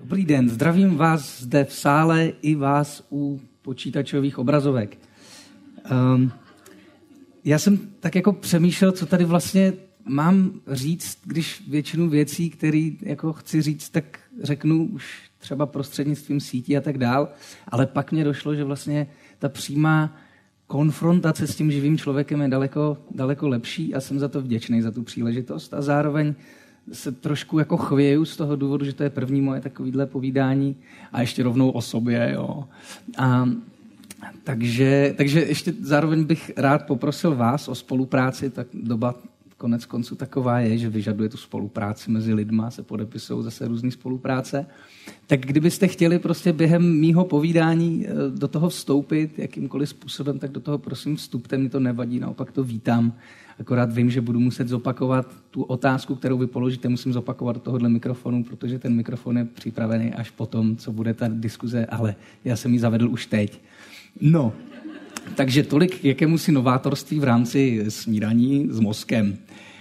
Dobrý den, zdravím vás zde v sále i vás u počítačových obrazovek. Já jsem tak jako přemýšlel, co tady vlastně mám říct, když většinu věcí, které jako chci říct, tak řeknu už třeba prostřednictvím sítí a tak dál, ale pak mě došlo, že vlastně ta přímá konfrontace s tím živým člověkem je daleko lepší a jsem za to vděčný, za tu příležitost a zároveň se trošku jako chvěju z toho důvodu, že to je první moje takovýhle povídání a ještě rovnou o sobě. Jo. Takže ještě zároveň bych rád poprosil vás o spolupráci, tak doba konec konců taková je, že vyžaduje tu spolupráci mezi lidma, se podepisují zase různý spolupráce. Tak kdybyste chtěli prostě během mýho povídání do toho vstoupit jakýmkoliv způsobem, tak do toho prosím vstupte, mi to nevadí, naopak to vítám. Akorát vím, že budu muset zopakovat tu otázku, kterou vy položíte, musím zopakovat do tohohle mikrofonu, protože ten mikrofon je připravený až potom, co bude ta diskuze, ale já jsem ji zavedl už teď. No, takže tolik k jakémusi novátorství v rámci snídaní s mozkem.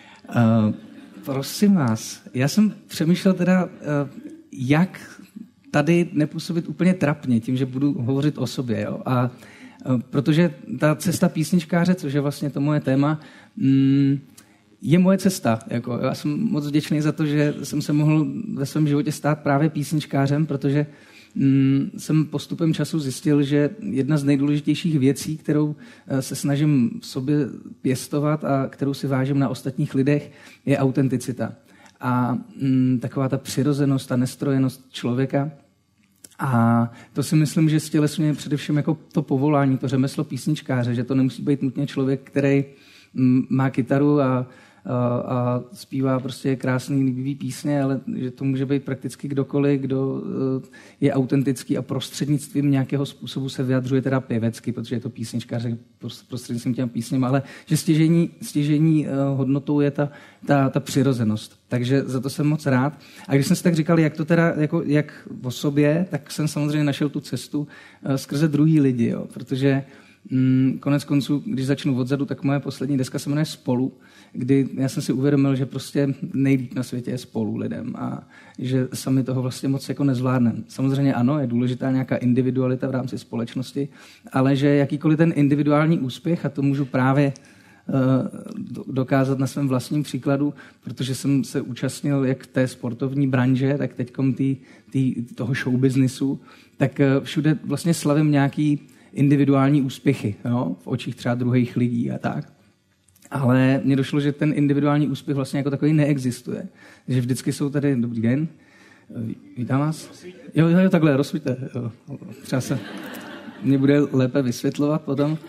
Prosím vás, já jsem přemýšlel teda, jak tady nepůsobit úplně trapně tím, že budu hovořit o sobě. Jo? A protože ta cesta písničkáře, což je vlastně to moje téma, je moje cesta. Jako, já jsem moc vděčný za to, že jsem se mohl ve svém životě stát právě písničkářem, protože jsem postupem času zjistil, že jedna z nejdůležitějších věcí, kterou se snažím v sobě pěstovat a kterou si vážím na ostatních lidech, je autenticita. A taková ta přirozenost a nestrojenost člověka. A to si myslím, že stělesňuje především jako to povolání, to řemeslo písničkáře, že to nemusí být nutně člověk, který má kytaru a zpívá prostě krásný, líbivý písně, ale že to může být prakticky kdokoliv, kdo je autentický a prostřednictvím nějakého způsobu se vyjadřuje teda pěvecky, protože je to písničkář prostřednictvím těm písněm, ale že stěžení hodnotou je ta přirozenost. Takže za to jsem moc rád. A když jsem si tak říkal, jak to teda, jak o sobě, tak jsem samozřejmě našel tu cestu skrze druhý lidi, jo, protože konec konců, když začnu odzadu, tak moje poslední deska se jmenuje Spolu, kdy já jsem si uvědomil, že prostě nejlíp na světě je spolu lidem a že sami toho vlastně moc jako nezvládneme. Samozřejmě ano, je důležitá nějaká individualita v rámci společnosti, ale že jakýkoliv ten individuální úspěch, a to můžu právě dokázat na svém vlastním příkladu, protože jsem se účastnil jak té sportovní branže, tak teďkom toho showbiznisu, tak všude vlastně slavím nějaký individuální úspěchy, jo? V očích třeba druhých lidí a tak. Ale mně došlo, že ten individuální úspěch vlastně jako takový neexistuje. Že vždycky jsou tady, dobrý den, vítám vás. Jo, takhle, rozsvíťte. Třeba se mě bude lépe vysvětlovat potom.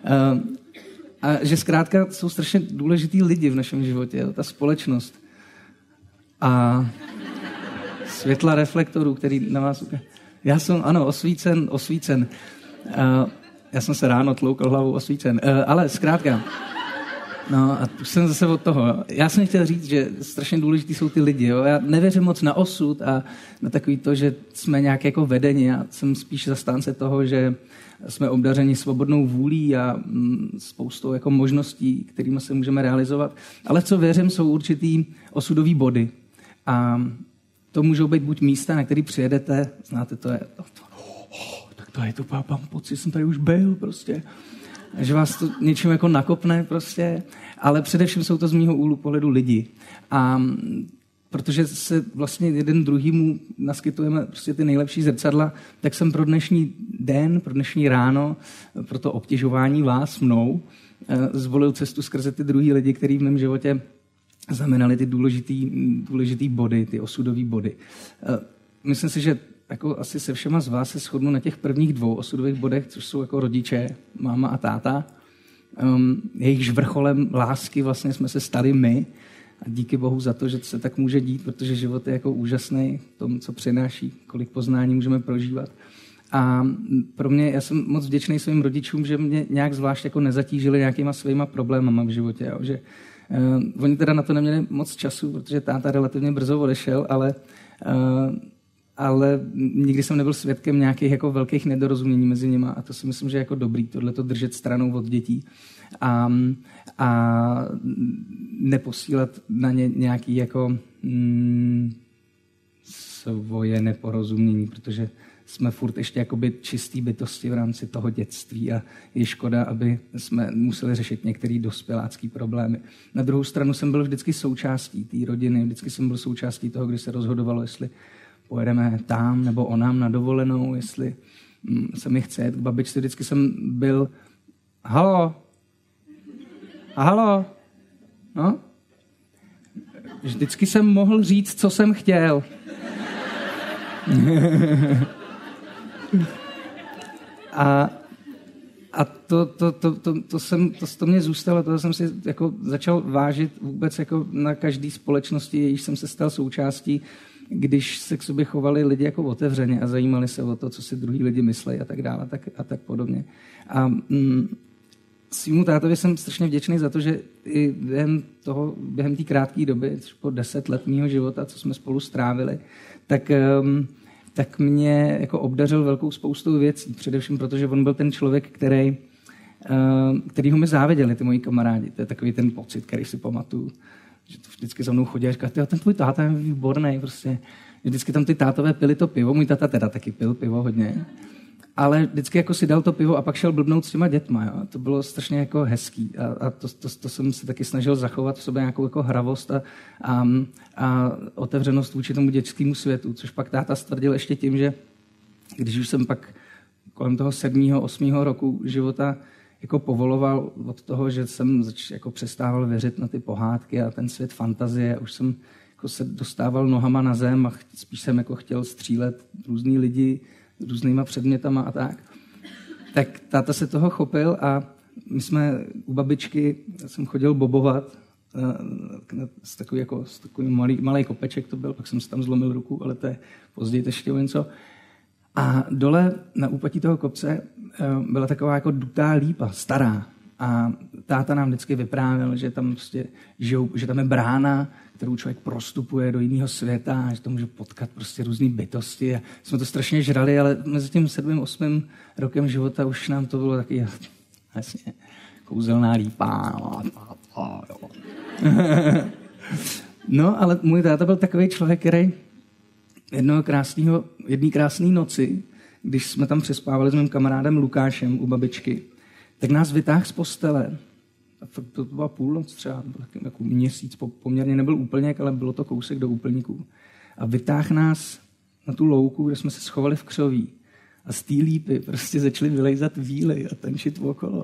A že zkrátka jsou strašně důležitý lidi v našem životě, jo? Ta společnost. A světla reflektorů, který na vás ukáže. Já jsem, ano, osvícen. Já jsem se ráno tloukal hlavou osvícen. Ale zkrátka, no a už jsem zase od toho. Jo. Já jsem chtěl říct, že strašně důležitý jsou ty lidi. Jo. Já nevěřím moc na osud a na takový to, že jsme nějak jako vedeni. Já jsem spíš zastánce toho, že jsme obdařeni svobodnou vůlí a spoustou jako možností, kterými se můžeme realizovat. Ale co věřím, jsou určitý osudový body. A to můžou být buď místa, na který přijedete, znáte, to je... Tak to je to, mám pocit, jsem tady už byl prostě. Že vás to něčím jako nakopne prostě, ale především jsou to z mýho úhlu pohledu lidi. A protože se vlastně jeden druhýmu naskytujeme prostě ty nejlepší zrcadla, tak jsem pro dnešní den, pro dnešní ráno, pro to obtěžování vás zvolil cestu skrze ty druhý lidi, který v mém životě znamenali ty důležitý body, ty osudové body. Myslím si, že jako asi se všema z vás se shodnu na těch prvních 2 osudových bodech, což jsou jako rodiče, máma a táta. Jejichž vrcholem lásky vlastně jsme se stali my a díky Bohu za to, že se tak může dít, protože život je jako úžasný v tom, co přináší, kolik poznání můžeme prožívat. A pro mě, já jsem moc vděčný svým rodičům, že mě nějak zvlášť jako nezatížili nějakýma svýma problémama v životě. Jo? Že, oni teda na to neměli moc času, protože táta relativně brzo odešel, ale nikdy jsem nebyl svědkem nějakých jako velkých nedorozumění mezi nimi a to si myslím, že je jako dobrý tohleto držet stranou od dětí a neposílat na ně nějaký jako svoje neporozumění, protože jsme furt ještě jakoby čistý bytosti v rámci toho dětství a je škoda, aby jsme museli řešit některé dospělácký problémy. Na druhou stranu jsem byl vždycky součástí té rodiny, vždycky jsem byl součástí toho, kdy se rozhodovalo, jestli pojedeme tam nebo onam na dovolenou, jestli se mi chce jet k babičce. Vždycky jsem byl halo, no? Vždycky jsem mohl říct, co jsem chtěl. A to mě zůstalo, to jsem si jako začal vážit vůbec jako na každé společnosti, jejíž jsem se stal součástí, když se k sobě chovali lidi jako otevřeně a zajímali se o to, co si druhý lidi myslejí a tak dále a tak podobně. A svýmu tátovi jsem strašně vděčný za to, že i během té krátké doby, po 10 let mýho života, co jsme spolu strávili, tak mě jako obdařil velkou spoustou věcí. Především protože on byl ten člověk, kterýho mi záviděli ty moji kamarádi. To je takový ten pocit, který si pamatuju. Že to vždycky za mnou chodí a říká, ten tvůj táta je výborný. Prostě. Vždycky tam ty tátové pili to pivo. Můj táta teda taky pil pivo hodně. Ale vždycky jako si dal to pivo a pak šel blbnout s těma dětma. Jo? To bylo strašně jako hezký. A to jsem se taky snažil zachovat v sobě nějakou jako hravost a otevřenost vůči tomu dětskému světu. Což pak táta stvrdil ještě tím, že když už jsem pak kolem toho 7., 8. roku života jako povoloval od toho, že jsem jako přestával věřit na ty pohádky a ten svět fantazie. Už jsem jako se dostával nohama na zem a spíš jsem jako chtěl střílet různý lidi různýma předmětama a tak. Tak táta se toho chopil a my jsme u babičky, jsem chodil bobovat z takový malý kopeček to byl, pak jsem si tam zlomil ruku, ale to je později ještě něco. A dole na úpatí toho kopce byla taková jako dutá lípa, stará. A táta nám vždycky vyprávěl, že tam prostě žijou, že tam je brána, kterou člověk prostupuje do jiného světa, že to může potkat prostě různý bytosti. A jsme to strašně žrali, ale mezi tím 7., 8. rokem života už nám to bylo taky vlastně kouzelná lípa. No, ale můj táta byl takový člověk, který jedné krásné noci, když jsme tam přespávali s mým kamarádem Lukášem u babičky, tak nás vytáhl z postele. To byla půlnoc třeba, jako měsíc, poměrně nebyl úplněk, ale bylo to kousek do úplníků. A vytáhl nás na tu louku, kde jsme se schovali v křoví. A z té lípy prostě začaly vylejzat víly a tančit okolo.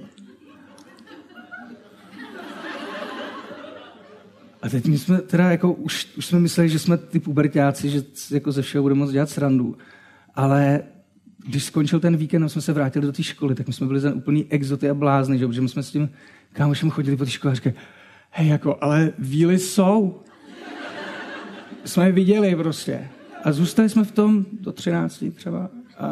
A teď my jsme teda jako už jsme mysleli, že jsme ty puberťáci, že jako ze všeho budeme moc dělat srandu. Ale když skončil ten víkend a jsme se vrátili do té školy, tak my jsme byli za úplný exoty a blázny, že? Protože my jsme s tím kámošem chodili po té škole a říkali, hej, jako, ale víly jsou. Jsme je viděli prostě. A zůstali jsme v tom do 13 třeba.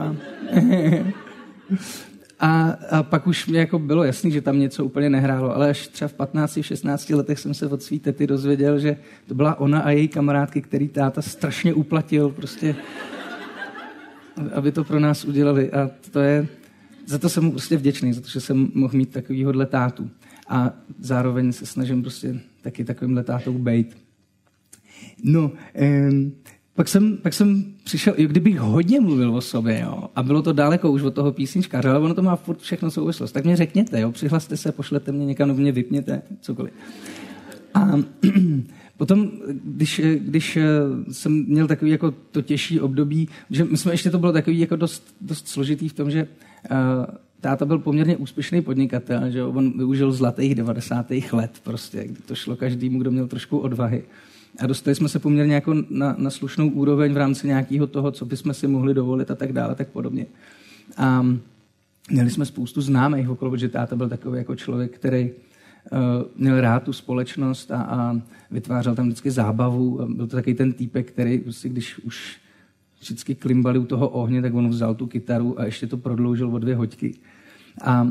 A pak už mě jako bylo jasný, že tam něco úplně nehrálo, ale až třeba v 15, 16 letech jsem se od svý tety dozvěděl, že to byla ona a její kamarádky, který táta strašně uplatil prostě, aby to pro nás udělali. A za to jsem mu prostě vděčný, za to, že jsem mohl mít takovýhodle tátu. A zároveň se snažím prostě taky takovýmhle tátou bejt. No, pak jsem přišel, kdybych hodně mluvil o sobě, jo, a bylo to daleko už od toho písničkáře, ale ono to má furt všechno souvislost, tak mě řekněte, jo, přihlaste se, pošlete mě někam, nebo mě vypněte, cokoliv. A potom, když jsem měl takový jako to těžší období, že my jsme ještě to bylo takový jako dost složitý v tom, že táta byl poměrně úspěšný podnikatel, že on využil zlatých 90. let prostě, kdy to šlo každému, kdo měl trošku odvahy. A dostali jsme se poměrně jako na slušnou úroveň v rámci nějakého toho, co bychom si mohli dovolit a tak dále, tak podobně. A měli jsme spoustu známých okolo, protože táta byl takový jako člověk, který měl rád tu společnost a vytvářel tam vždycky zábavu. A byl to takový ten týpek, který prostě, když už vždycky klimbali u toho ohně, tak on vzal tu kytaru a ještě to prodloužil o 2 hoďky. A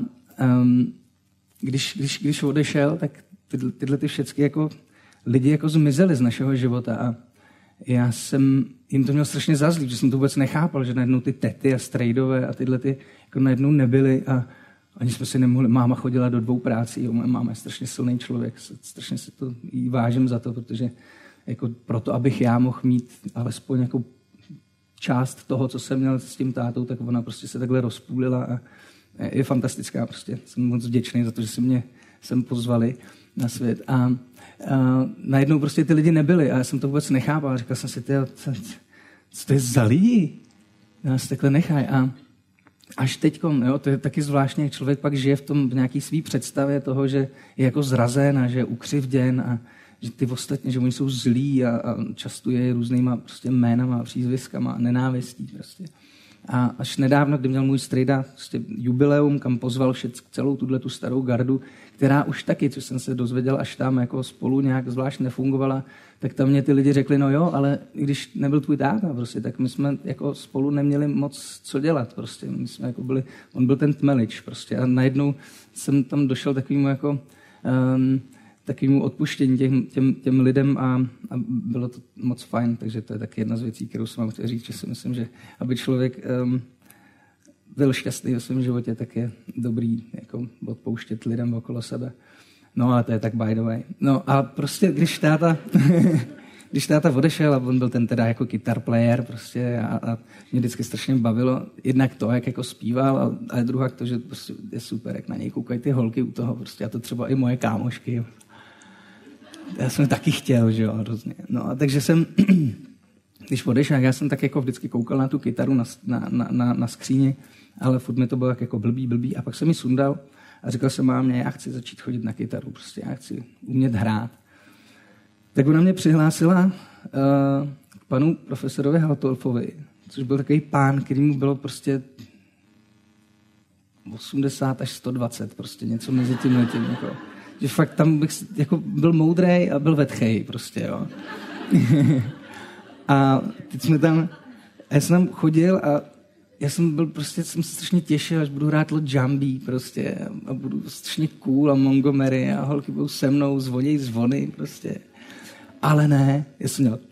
když odešel, tak tyhle všechny jako lidi jako zmizeli z našeho života a já jsem jim to měl strašně za zlý, že jsem to vůbec nechápal, že najednou ty tety a strejdové a tyhle ty jako najednou nebyly a ani jsme si nemohli, máma chodila do 2 prací, moje máma je strašně silný člověk, strašně si to jí vážím za to, protože jako proto, abych já mohl mít alespoň jako část toho, co jsem měl s tím tátou, tak ona prostě se takhle rozpůlila a je fantastická prostě. Jsem moc vděčný za to, že si mě sem pozvali na svět. A najednou prostě ty lidi nebyli a já jsem to vůbec nechápal. Říkal jsem si, co to je za lidi? Nás takhle nechají. A až teďkom, jo, to je taky zvláštně, jak člověk pak žije v nějaký svý představě toho, že je jako zrazen a že je ukřivděn a že ty ostatní, že oni jsou zlí a častuje různýma prostě jménama a přízviskama a nenávistí prostě. A až nedávno, kdy měl můj strejda prostě jubileum, kam pozval celou tu starou gardu, která už taky, co jsem se dozvěděl, až tam jako spolu nějak zvlášť nefungovala, tak tam mě ty lidi řekli, no jo, ale když nebyl tvůj táta, prostě, tak my jsme jako spolu neměli moc co dělat. Prostě. My jsme jako byli, on byl ten tmelič prostě, a najednou jsem tam došel takovému jako takovému odpuštění těm lidem a bylo to moc fajn, takže to je taky jedna z věcí, kterou jsem vám chtěl říct, že si myslím, že aby člověk byl šťastný ve svém životě, tak je dobrý jako odpouštět lidem okolo sebe. No ale to je tak by the way. No a prostě, když táta odešel a on byl ten teda jako guitar player prostě a mě vždycky strašně bavilo jednak to, jak jako zpíval, ale druhá to, že prostě je super, jak na něj koukají ty holky u toho prostě a to třeba i moje kámošky. Jo. Já jsem taky chtěl, že jo, hrozně. No a takže jsem, když odešel, já jsem tak jako vždycky koukal na tu kytaru na skříni, ale furt mi to bylo jako blbý a pak jsem ji sundal a říkal jsem mámě, já chci začít chodit na kytaru, prostě já chci umět hrát. Tak ona mě přihlásila k panu profesorovi Haltorfovi, což byl takový pán, který mu bylo prostě 80 až 120, prostě něco mezi tím letím, jako. Že fakt tam bych jako byl moudrej a byl vetchej prostě, jo. A teď jsme tam, já jsem tam chodil a já jsem se strašně těšil, až budu hrát Jambi prostě a budu strašně cool a Montgomery a holky budou se mnou, zvoněj zvony prostě. Ale ne, já jsem měl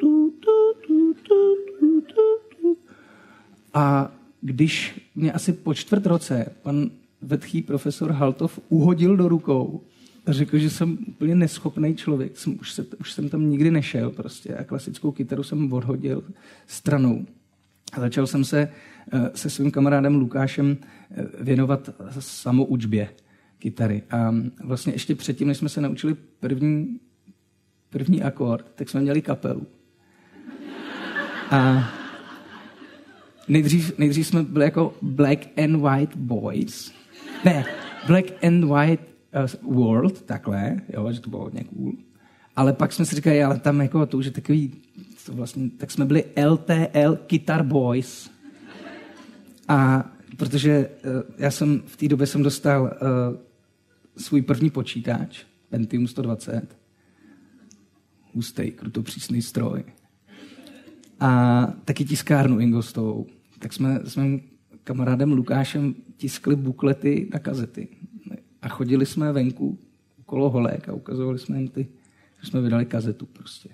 a když mě asi po 4 roce pan vetchý profesor Haltov uhodil do rukou a řekl, že jsem úplně neschopný člověk, už jsem tam nikdy nešel prostě a klasickou kytaru jsem odhodil stranou. A začal jsem se svým kamarádem Lukášem věnovat samoučbě kytary. A vlastně ještě předtím, než jsme se naučili první akord, tak jsme měli kapelu. A nejdřív jsme byli jako Black and White Boys. Ne, Black and White World, takhle, jo, že to bylo hodně cool. Ale pak jsme si říkali, ale tam jako to už je takový, to vlastně, tak jsme byli LTL Guitar Boys. A protože já jsem v té době jsem dostal svůj první počítač, Pentium 120, hustej, krutopřísný stroj. A taky tiskárnu Ingostovou. Tak jsme s mým kamarádem Lukášem tiskli buklety na kazety. A chodili jsme venku okolo holek a ukazovali jsme jim že jsme vydali kazetu prostě.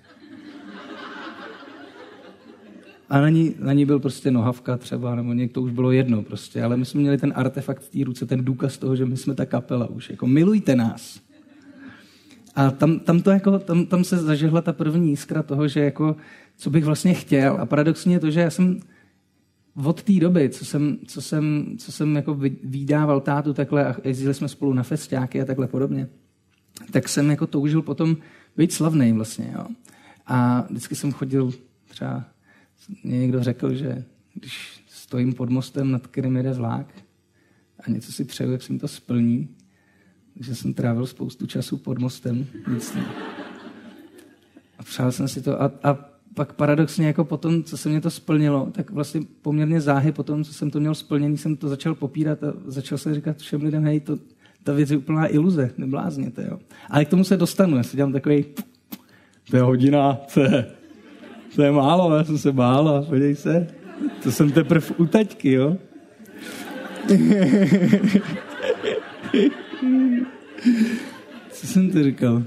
A na ní byl prostě nohavka třeba, nebo někdo už bylo jedno prostě, ale my jsme měli ten artefakt v té ruce, ten důkaz toho, že my jsme ta kapela už, jako milujte nás. A tam se zažehla ta první jiskra toho, že jako, co bych vlastně chtěl. A paradoxně je to, že já jsem od té doby, co jsem jako vydával tátu takhle a jezdili jsme spolu na festiáky a takhle podobně, tak jsem jako toužil potom být slavnej vlastně, jo. A vždycky jsem chodil, třeba mě někdo řekl, že když stojím pod mostem, nad kterým jede vlak a něco si přeju, jak se mi to splní, takže jsem trávil spoustu času pod mostem. A přál jsem si to a pak paradoxně jako potom, co se mě to splnilo, tak vlastně poměrně záhy potom, co jsem to měl splněný, jsem to začal popírat a začal jsem říkat všem lidem, hej, ta věc je úplná iluze, neblázněte, jo. Ale k tomu se dostanu, já si dělám takovej, to je hodina, to je málo, já jsem se bál, podívej se, to jsem teprve u taťky, jo. Co jsem to říkal?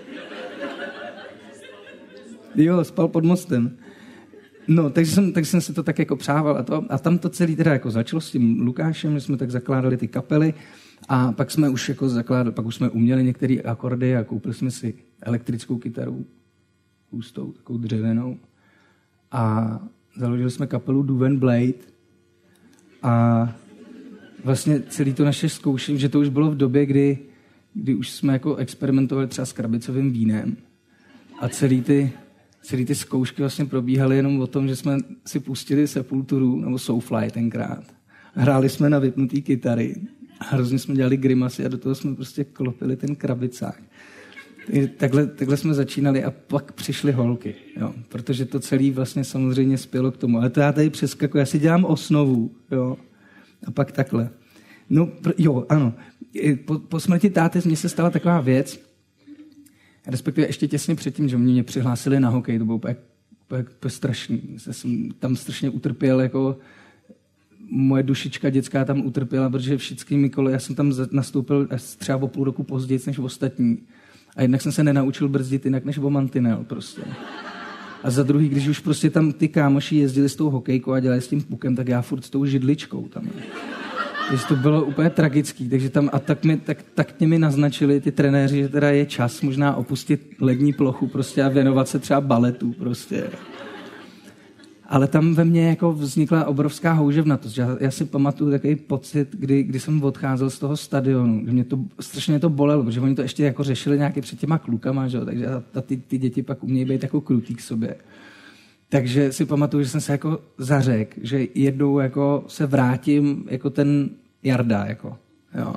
Jo, spal pod mostem. No, takže jsem se to tak jako přával a tam to celé teda jako začalo s tím Lukášem, že jsme tak zakládali ty kapely a pak jsme už jako pak už jsme uměli některé akordy a koupili jsme si elektrickou kytaru hustou, takovou dřevěnou a založili jsme kapelu Duven Blade a vlastně celý to naše zkoušení, že to už bylo v době, kdy už jsme jako experimentovali třeba s krabicovým vínem a celý ty zkoušky vlastně probíhaly jenom o tom, že jsme si pustili Sepulturu nebo Soulfly tenkrát. Hráli jsme na vypnutý kytary a hrozně jsme dělali grimasy a do toho jsme prostě klopili ten krabicák. Takhle jsme začínali a pak přišly holky, jo, protože to celé vlastně samozřejmě spělo k tomu. Ale to já tady přeskakuji, já si dělám osnovu, jo, a pak takhle. No, jo, ano. Po smrti táty mně se stala taková věc, respektive ještě těsně předtím, že mě přihlásili na hokej, to bylo úplně strašný. Jsem tam strašně utrpěl, jako moje dušička dětská tam utrpěla, protože všechny koly, já jsem tam nastoupil třeba o půl roku později než ostatní. A jednak jsem se nenaučil brzdit jinak než o mantinel prostě. A za druhý, když už prostě tam ty kámoši jezdili s tou hokejkou a dělali s tím pukem, tak já furt s tou židličkou tam. Takže to bylo úplně tragický, takže tam a tak mi naznačili ty trenéři, že teda je čas možná opustit lední plochu prostě a věnovat se třeba baletu prostě. Ale tam ve mně jako vznikla obrovská houževnatost. Já si pamatuju takový pocit, kdy jsem odcházel z toho stadionu, že mě to strašně to bolelo, protože oni to ještě jako řešili nějaký před těma klukama, že? Takže ty děti pak umějí být jako krutý k sobě. Takže si pamatuju, že jsem se jako zařekl, že jednou jako se vrátím jako ten Jarda, jako, jo.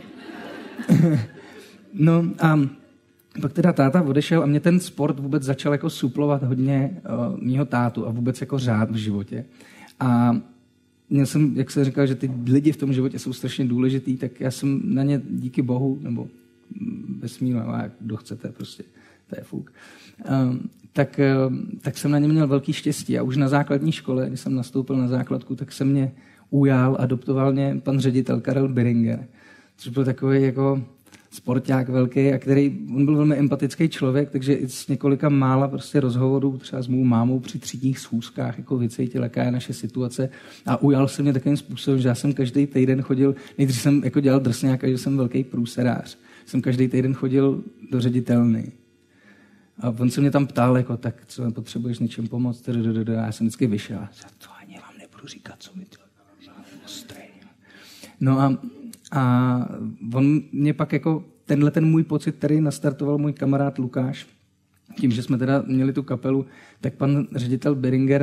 No a pak teda táta odešel a mě ten sport vůbec začal jako suplovat hodně mýho tátu a vůbec jako řád v životě. A měl jsem, jak se říkal, že ty lidi v tom životě jsou strašně důležitý, tak já jsem na ně díky Bohu, nebo vesmíru, jak kdo chcete, prostě, to je fuk. Tak jsem na ně měl velký štěstí a už na základní škole, když jsem nastoupil na základku, tak se mě ujal, adoptoval mě pan ředitel Karel Biringer, což byl takový jako sporták velký, a on byl velmi empatický člověk, takže i s několika mála prostě rozhovorů, třeba s mou mámou při třídních schůzkách, jako vycítil, jaká je naše situace, a ujal se mě takovým způsobem, že já jsem každý týden chodil, nejdřív jsem jako dělal drsňáka, že jsem velký průserář, jsem každý týden chodil do ředitelny. A on se mě tam ptal, jako, tak co potřebuješ něčem pomoct, a já jsem vždycky vyšel, to ani vám nebudu říkat, co mi to ostrý. No a on mě pak jako ten můj pocit, který nastartoval můj kamarád Lukáš, tím, že jsme teda měli tu kapelu, tak pan ředitel Biringer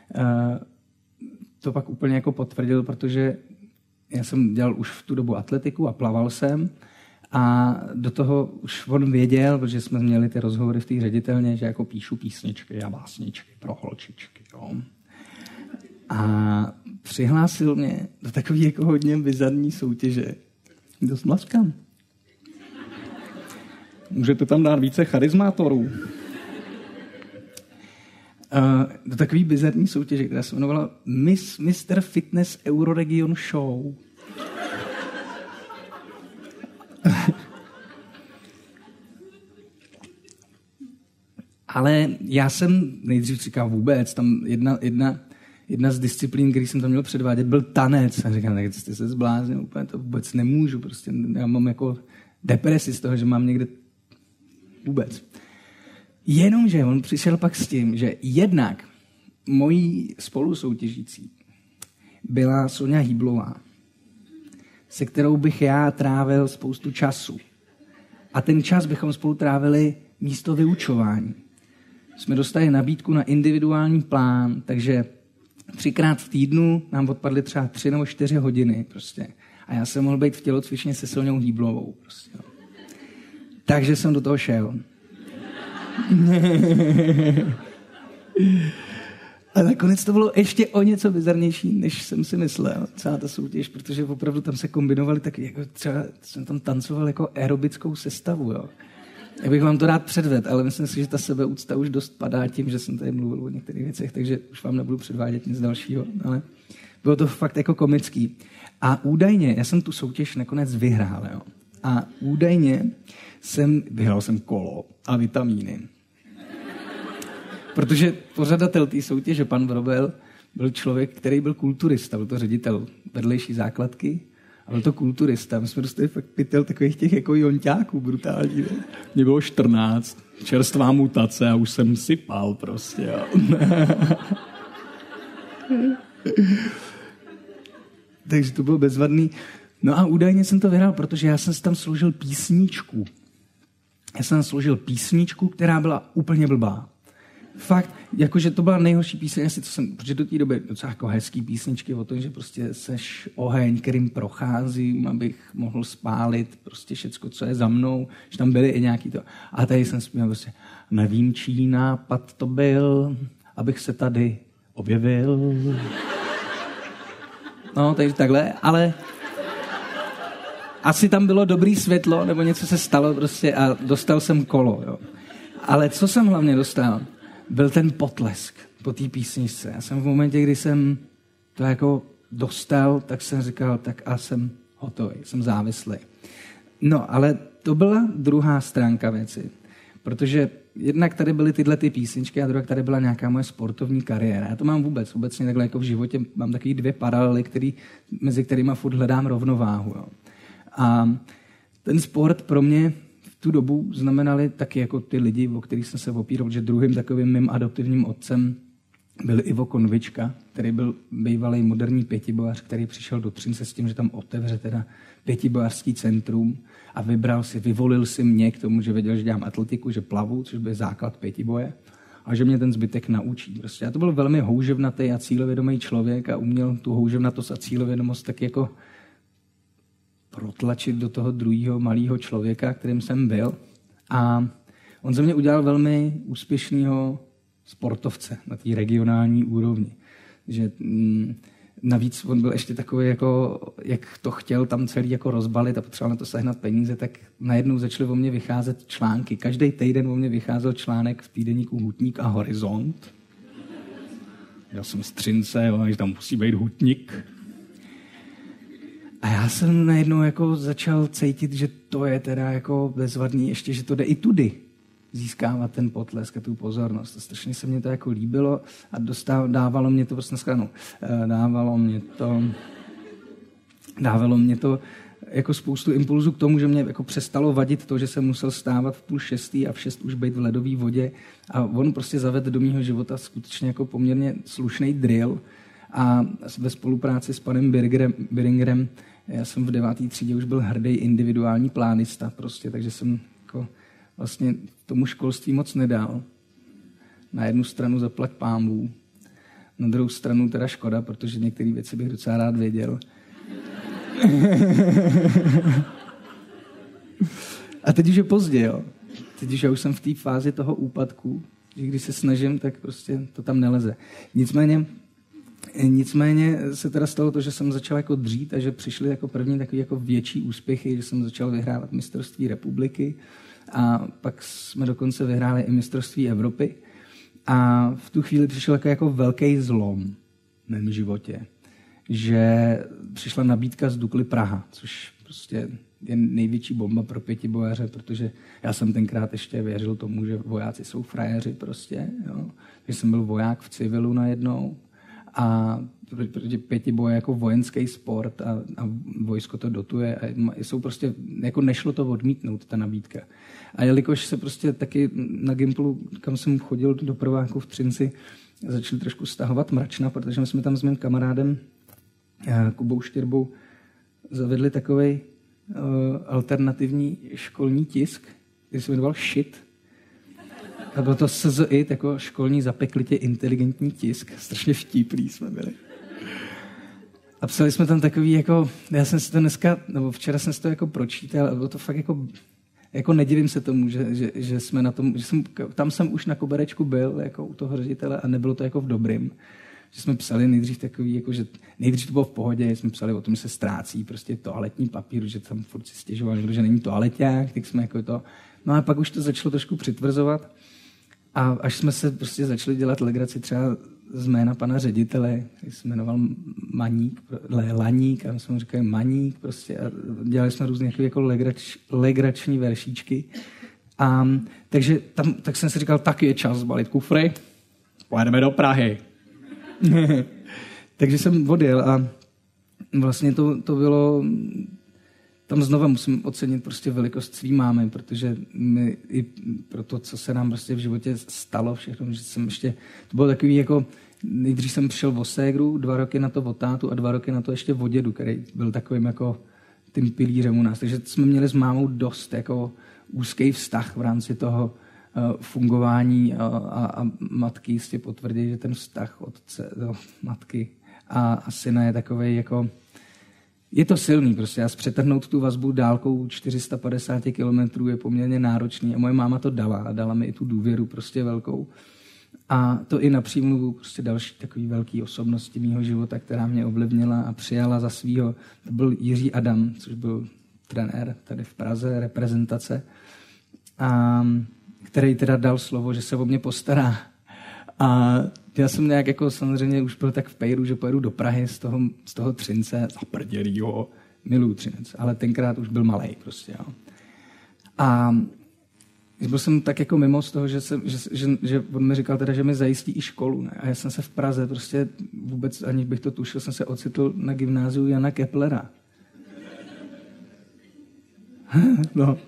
to pak úplně jako potvrdil, protože já jsem dělal už v tu dobu atletiku a plaval jsem a do toho už on věděl, protože jsme měli ty rozhovory v té ředitelně, že jako píšu písničky a básničky pro holčičky, jo. A přihlásil mě do takové jako hodně bizarní soutěže. Dost mlaskám. Můžete tam dát více charizmátorů. Do takové bizarní soutěže, která se jmenovala Mr. Fitness Euroregion Show. Ale já jsem nejdřív říkal vůbec, tam jedna z disciplín, který jsem tam měl předvádět, byl tanec. A říkám, tak jste se zbláznil, úplně to vůbec nemůžu. Prostě já mám jako depresi z toho, že mám někde vůbec. Jenomže on přišel pak s tím, že jednak mojí spolusoutěžící byla Sonja Hýblová, se kterou bych já trávil spoustu času. A ten čas bychom spolu trávili místo vyučování. Jsme dostali nabídku na individuální plán, takže 3krát v týdnu nám odpadly třeba 3 nebo 4 hodiny prostě. A já jsem mohl být v tělocvičně se Sonjou Hýblovou. Prostě. Takže jsem do toho šel. A nakonec to bylo ještě o něco bizarnější, než jsem si myslel, celá ta soutěž, protože opravdu tam se kombinovali taky, jako třeba jsem tam tancoval jako aerobickou sestavu, jo. Já bych vám to rád předvedl, ale myslím si, že ta sebeúcta už dost padá tím, že jsem tady mluvil o některých věcech, takže už vám nebudu předvádět nic dalšího, ale bylo to fakt jako komický. A údajně, já jsem tu soutěž nakonec vyhrál, jo. A údajně vyhrál jsem kolo a vitamíny. Protože pořadatel té soutěže, pan Vrobel, byl člověk, který byl kulturista, byl to ředitel vedlejší základky a byl to kulturista. My jsme dostali fakt pytel takových těch jako jonťáků brutální. Ne? Mně bylo 14, čerstvá mutace a už jsem sypal prostě. Jo. Takže to bylo bezvadný. No a údajně jsem to vyhrál, protože já jsem si tam složil písničku. Já jsem tam složil písničku, která byla úplně blbá. Fakt, jakože to byla nejhorší píseň, asi co jsem, protože do té doby docela jako hezký písničky o tom, že prostě seš oheň, kterým procházím, abych mohl spálit prostě všecko, co je za mnou, že tam byly i nějaký to. A tady jsem zpíval prostě, nevím, čí nápad to byl, abych se tady objevil. No, takže takhle, ale asi tam bylo dobrý světlo, nebo něco se stalo prostě a dostal jsem kolo, jo. Ale co jsem hlavně dostal, byl ten potlesk po té písničce. Já jsem v momentě, kdy jsem to jako dostal, tak jsem říkal, tak a jsem hotový, jsem závislý. No, ale to byla druhá stránka věci, protože jednak tady byly tyhle ty písničky a druhá tady byla nějaká moje sportovní kariéra. Já to mám obecně takhle jako v životě, mám takový dvě paralely, mezi kterými furt hledám rovnováhu. Jo. A ten sport pro mě v tu dobu znamenali taky jako ty lidi, o kterých jsem se opíral, že druhým takovým mým adoptivním otcem byl Ivo Konvička, který byl bývalý moderní pětibojař, který přišel do Třince s tím, že tam otevře teda pětibojařský centrum a vyvolil si mě k tomu, že věděl, že dělám atletiku, že plavu, což byl základ pětiboje a že mě ten zbytek naučí. Prostě já to byl velmi houževnatý a cílevědomý člověk a uměl tu houževnatost a cílevědomost tak jako protlačit do toho druhého malého člověka, kterým jsem byl. A on ze mě udělal velmi úspěšného sportovce na té regionální úrovni. Že navíc on byl ještě takový, jako, jak to chtěl tam celý jako rozbalit a potřeboval na to sehnat peníze, tak najednou začaly o mě vycházet články. Každý týden o mě vycházel článek v týdeníku Hutník a Horizont. Já jsem z Třince, že tam musí být hutník. A já jsem najednou jako začal cítit, že to je teda jako bezvadný, ještě, že to jde i tudy získávat ten potlesk a tu pozornost. A strašně se mě to jako líbilo a dávalo mě to prostě na skranu. Dávalo mě to jako spoustu impulzů k tomu, že mě jako přestalo vadit to, že jsem musel stávat v 5:30 a v 6 už být v ledové vodě. A on prostě zavedl do mýho života skutečně jako poměrně slušný drill. A ve spolupráci s panem Biringerem, já jsem v 9. třídě už byl hrdý individuální plánista prostě, takže jsem jako vlastně tomu školství moc nedal. Na jednu stranu zaplať pánbů, na druhou stranu teda škoda, protože některé věci bych docela rád věděl. A teď už je pozdě, jo. Teď už já už jsem v té fázi toho úpadku, že když se snažím, tak prostě to tam neleze. Nicméně se teda stalo to, že jsem začal jako dřít a že přišly jako první takový jako větší úspěchy, že jsem začal vyhrávat mistrovství republiky a pak jsme dokonce vyhráli i mistrovství Evropy. A v tu chvíli přišel jako velký zlom v mém životě, že přišla nabídka z Dukly Praha, což prostě je největší bomba pro pětibojaře, protože já jsem tenkrát ještě věřil tomu, že vojáci jsou frajeři prostě, jo. Takže jsem byl voják v civilu najednou a protože pětiboj je jako vojenský sport a vojsko to dotuje a jsou prostě, jako nešlo to odmítnout, ta nabídka. A jelikož se prostě taky na Gimplu, kam jsem chodil do prváku v Třinci, začali trošku stahovat mračna, protože my jsme tam s mým kamarádem Kubou Štěrbou zavedli takovej alternativní školní tisk, který se jmenoval SHIT. A bylo to SZI, jako školní zapeklitě inteligentní tisk. Strašně vtipný jsme byli. A psali jsme tam takový, jako, já jsem si to dneska, nebo včera jsem si to jako pročítal a bylo to fakt jako nedivím se tomu, že jsme na tom, že tam jsem už na koberečku byl, jako u toho ředitele a nebylo to jako v dobrým. Že jsme psali nejdřív takový, jako, že nejdřív to bylo v pohodě, jsme psali o tom, že se ztrácí prostě toaletní papír, že tam furt si stěžoval, že není toaleťák, tak jsme jako to. No a pak už to začalo trošku přitvrzovat a až jsme se prostě začali dělat legraci třeba z jména pana ředitele, který se jmenoval Laník a my jsme mu říkali Maník prostě a dělali jsme různě jako legrační veršíčky. A takže tak jsem si říkal, tak je čas zbalit kufry, pojedeme do Prahy. Takže jsem odjel a vlastně to bylo, tam znova musím ocenit prostě velikost svý mámy, protože my i pro to, co se nám prostě v životě stalo všechno, že jsem ještě, to bylo takový jako, nejdřív jsem přišel o ségru, 2 roky na to o tátu a 2 roky na to ještě o dědu, který byl takovým jako tím pilířem u nás. Takže jsme měli s mámou dost jako úzký vztah v rámci toho fungování a matky jistě potvrdí, že ten vztah otce, matky a syna je takovej jako... Je to silný prostě. A přetrhnout tu vazbu dálkou 450 kilometrů je poměrně náročný. A moje máma to dala. A dala mi i tu důvěru prostě velkou. A to i na přímluvu prostě další takový velký osobnosti mýho života, která mě ovlivnila a přijala za svýho. To byl Jiří Adam, což byl trenér tady v Praze, reprezentace. A který teda dal slovo, že se o mě postará. A já jsem nějak jako samozřejmě už byl tak v pejru, že pojedu do Prahy z toho Třince, zaprdělýho, miluju Třinec, ale tenkrát už byl malej prostě. Jo. A byl jsem tak jako mimo z toho, že on mi říkal teda, že mi zajistí i školu. Ne? A já jsem se v Praze prostě vůbec, aniž bych to tušil, jsem se ocitl na gymnáziu Jana Keplera. No.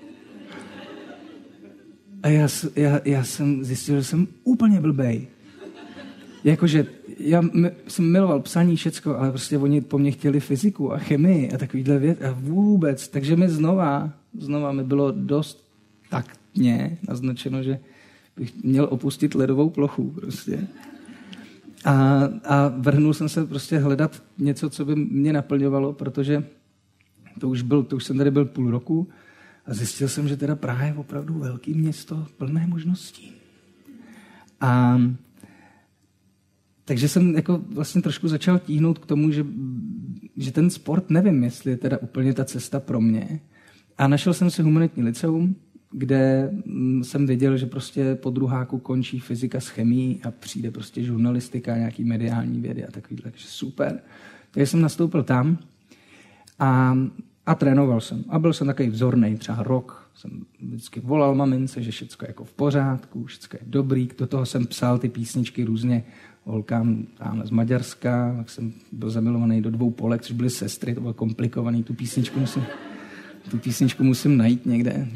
A já jsem zjistil, že jsem úplně blbej. Jakože já jsem miloval psaní všecko, ale prostě oni po mně chtěli fyziku a chemii a takovýhle věc a vůbec. Takže mi znova mi bylo dost taktně naznačeno, že bych měl opustit ledovou plochu prostě. A vrhnul jsem se prostě hledat něco, co by mě naplňovalo, protože to už jsem tady byl půl roku a zjistil jsem, že teda Praha je opravdu velké město plné možností. Takže jsem jako vlastně trošku začal tíhnout k tomu, že ten sport, nevím, jestli je teda úplně ta cesta pro mě. A našel jsem si humanitní liceum, kde jsem věděl, že prostě po druháku končí fyzika s chemií a přijde prostě žurnalistika, nějaký mediální vědy a takový, takže super. Takže jsem nastoupil tam a trénoval jsem. A byl jsem takový vzornej, třeba rok. Jsem vždycky volal mamince, že všecko je jako v pořádku, všecko je dobrý. Do toho jsem psal ty písničky různě holkám tamhle z Maďarska, tak jsem byl zamilovaný do 2 Polek, což byly sestry, to bylo komplikovaný, tu písničku musím najít někde.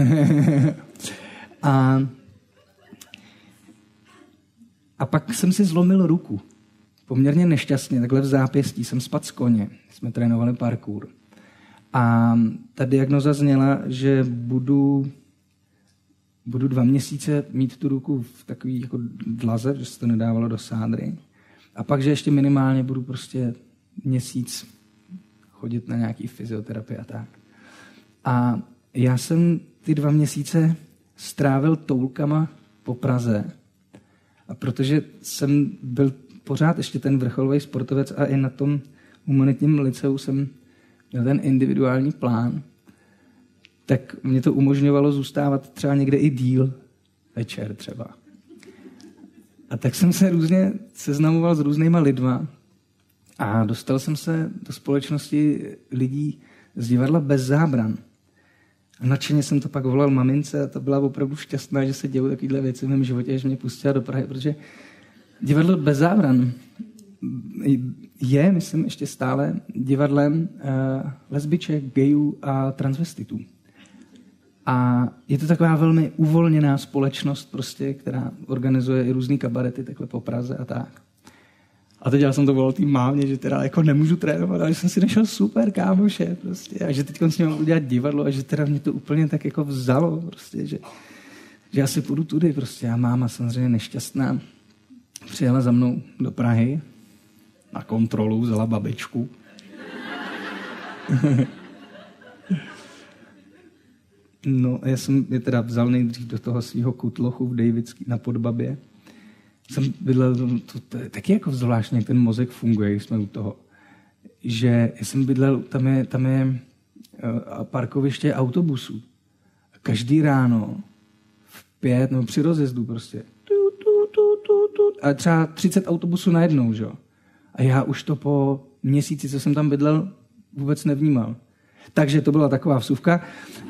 A pak jsem si zlomil ruku. Poměrně nešťastně, takhle v zápěstí jsem spadl z koně. Jsme trénovali parkour. A ta diagnoza zněla, že budu 2 měsíce mít tu ruku v takový jako dlaze, že se to nedávalo do sádry. A pak, že ještě minimálně budu prostě měsíc chodit na nějaký fyzioterapii a tak. A já jsem ty 2 měsíce strávil toulkama po Praze. A protože jsem byl pořád ještě ten vrcholový sportovec a i na tom humanitním liceu jsem měl ten individuální plán, tak mě to umožňovalo zůstávat třeba někde i díl večer třeba. A tak jsem se různě seznamoval s různýma lidma a dostal jsem se do společnosti lidí z divadla Bez zábran. A nadšeně jsem to pak volal mamince a to byla opravdu šťastná, že se dějou takovéhle věci v mém životě, že mě pustila do Prahy, protože divadlo Bez zábran je, myslím, ještě stále divadlem lesbiček, gayů a transvestitů. A je to taková velmi uvolněná společnost, prostě, která organizuje i různý kabarety takhle po Praze a tak. A teď já jsem to volal tým mámě, že teda jako nemůžu trénovat, ale že jsem si našel super kámoše prostě, a že teď s ním mám udělat divadlo a že teda mě to úplně tak jako vzalo, prostě, že já si půjdu tudy prostě. A máma samozřejmě nešťastná přijela za mnou do Prahy na kontrolu, vzala babičku. No a já jsem je teda vzal nejdřív do toho svého kutlochu v Davidský na Podbabě. Jsem bydlel, to je taky jako zvláštně, jak ten mozek funguje, když jsme u toho. Že já jsem bydlel, tam je parkoviště autobusů. Každý ráno v 5 nebo při rozjezdu prostě. A třeba 30 autobusů najednou, že jo. A já už to po měsíci, co jsem tam bydlel, vůbec nevnímal. Takže to byla taková vsuvka.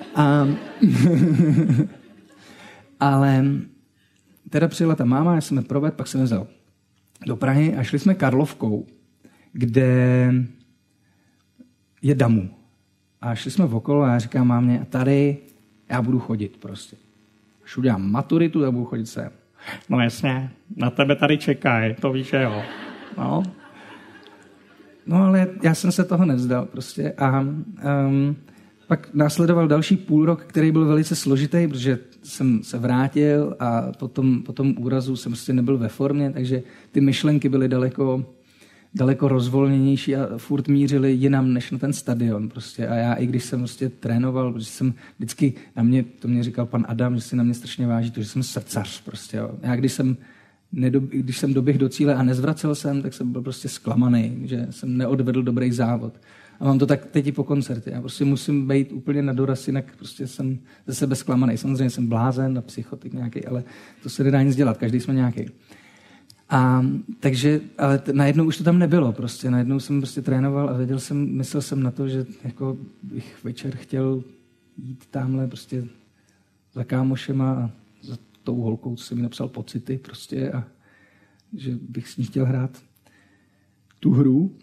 Ale teda přijela ta máma, já jsem je provedl, pak jsem je vzal do Prahy a šli jsme Karlovkou, kde je Damu. A šli jsme okolo a já říkám mámě, a tady já budu chodit prostě. Až udělám maturitu, tak budu chodit sem. No jasně, na tebe tady čekají, to víš, že jo. No. No ale já jsem se toho nevzdal prostě a pak následoval další půl rok, který byl velice složitý, protože jsem se vrátil a po tom úrazu jsem prostě nebyl ve formě, takže ty myšlenky byly daleko rozvolněnější a furt mířily jinam než na ten stadion prostě. A já, i když jsem prostě trénoval, protože jsem vždycky to mě říkal pan Adam, že si na mě strašně váží to, že jsem srdcař prostě. Jo. Já když jsem doběhl do cíle a nezvracel jsem, tak jsem byl prostě zklamaný, že jsem neodvedl dobrý závod. A mám to tak teď i po koncertě. Já prostě musím být úplně na doraz, jinak prostě jsem ze sebe zklamaný. Samozřejmě jsem blázen a psychotik nějaký, ale to se nedá nic dělat, každý jsme nějaký. A takže, ale najednou už to tam nebylo prostě. Najednou jsem prostě trénoval a myslel jsem na to, že jako bych večer chtěl jít tamhle prostě za kámošema a za tou holkou, co jsem mi napsal pocity prostě a že bych s ní chtěl hrát tu hru.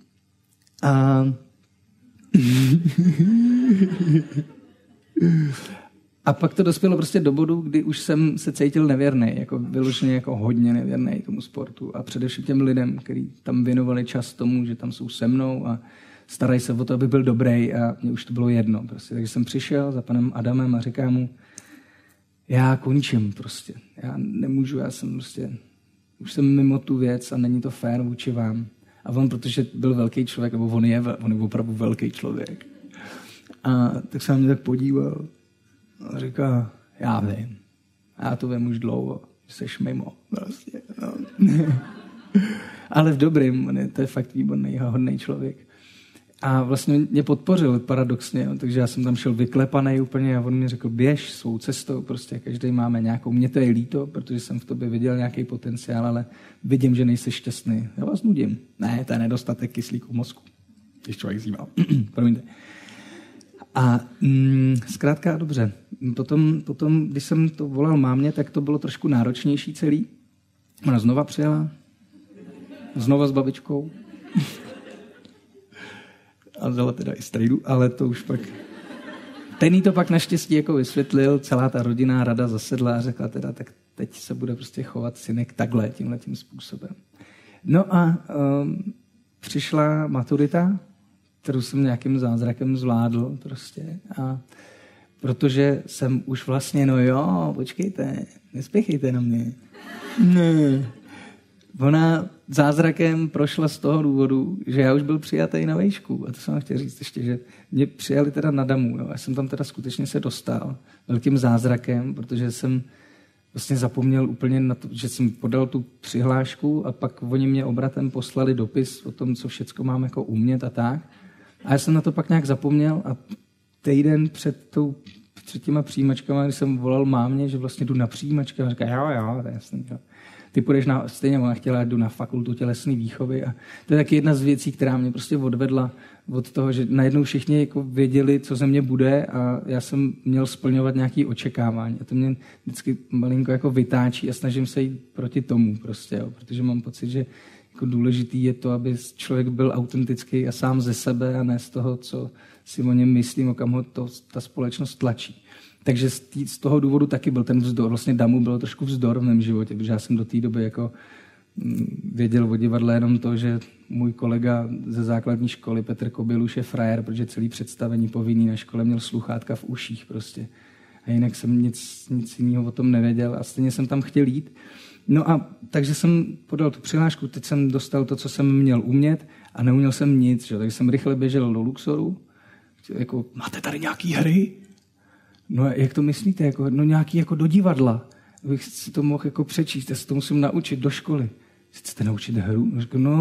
A pak to dospělo prostě do bodu, kdy už jsem se cítil nevěrný, jako vyloženě jako hodně nevěrný tomu sportu a především těm lidem, kteří tam věnovali čas tomu, že tam jsou se mnou a starají se o to, aby byl dobrý a mně už to bylo jedno. Prostě. Takže jsem přišel za panem Adamem a říkám mu, já končím prostě, já nemůžu, já jsem prostě, už jsem mimo tu věc a není to fér vůči vám. A on, protože byl velký člověk, nebo on je opravdu velký člověk. A tak se na mě tak podíval a říká, já vím, já to vím už dlouho, že seš mimo. Prostě, no. Ale v dobrým, to je fakt výborný a hodný člověk. A vlastně mě podpořil paradoxně, jo, takže já jsem tam šel vyklepaný úplně a on mi řekl, běž svou cestou, prostě každý máme nějakou, mě to je líto, protože jsem v tobě viděl nějaký potenciál, ale vidím, že nejsi šťastný. Já vás nudím. Ne, to je nedostatek kyslíku v mozku, když člověk zjímal. Promiňte. A zkrátka dobře. Potom, když jsem to volal mámě, tak to bylo trošku náročnější celý. Ona znova přijela. Znova s babičkou. A vzala teda i strejdu, ale to už pak... Ten jí to pak naštěstí jako vysvětlil, celá ta rodinná rada zasedla a řekla teda, tak teď se bude prostě chovat synek takhle, tímhletím způsobem. No a přišla maturita, kterou jsem nějakým zázrakem zvládl prostě. A protože jsem už vlastně, no jo, počkejte, nespěchejte na mě. Ne. Ona zázrakem prošla z toho důvodu, že já už byl přijatý na vejšku. A to jsem vám chtěl říct ještě, že mě přijali teda na Damu. Jo. Já jsem tam teda skutečně se dostal velkým zázrakem, protože jsem vlastně zapomněl úplně na to, že jsem podal tu přihlášku a pak oni mě obratem poslali dopis o tom, co všecko mám jako umět a tak. A já jsem na to pak nějak zapomněl a týden před těma přijímačkama, když jsem volal mámě, že vlastně jdu na přijímačky a říká, jo, to je jasný, jo. Ty půjdeš stejně ona chtěla, jdu na fakultu tělesné výchovy a to je taky jedna z věcí, která mě prostě odvedla od toho, že najednou všichni jako věděli, co ze mě bude a já jsem měl splňovat nějaké očekávání a to mě vždycky malinko jako vytáčí a snažím se jít proti tomu prostě, jo, protože mám pocit, že jako důležitý je to, aby člověk byl autentický a sám ze sebe a ne z toho, co si o něm myslím, o kam ho ta společnost tlačí. Takže z toho důvodu taky byl ten vzdor. Vlastně Damu bylo trošku vzdor v mém životě, protože já jsem do té doby jako věděl o divadle jenom to, že můj kolega ze základní školy Petr Kobyl už je frajer, protože celý představení povinný na škole měl sluchátka v uších prostě. A jinak jsem nic jiného o tom nevěděl a stejně jsem tam chtěl jít. No a takže jsem podal tu přihlášku, teď jsem dostal to, co jsem měl umět a neuměl jsem nic, že? Takže jsem rychle běžel do Luxoru. Jako, máte tady nějaký hry? No jak to myslíte? Jako, no nějaký jako do divadla. Bych si to mohl jako přečíst, já se to musím naučit do školy. Chcete naučit hru?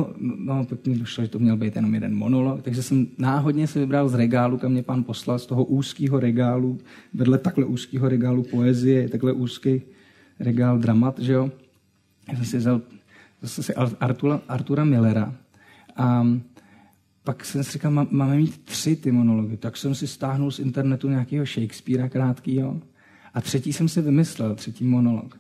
No, pak mi došlo, že to měl být jenom jeden monolog, takže jsem náhodně se vybral z regálu, kam mě pán poslal, z toho úzkého regálu, vedle takhle úzkého regálu poezie, takhle úzký regál dramat, že jo. Já jsem si vzal zase Artura Millera a pak jsem si říkal, máme mít 3 ty monology, tak jsem si stáhnul z internetu nějakého Shakespearea krátkýho a 3. jsem si vymyslel, 3. monolog.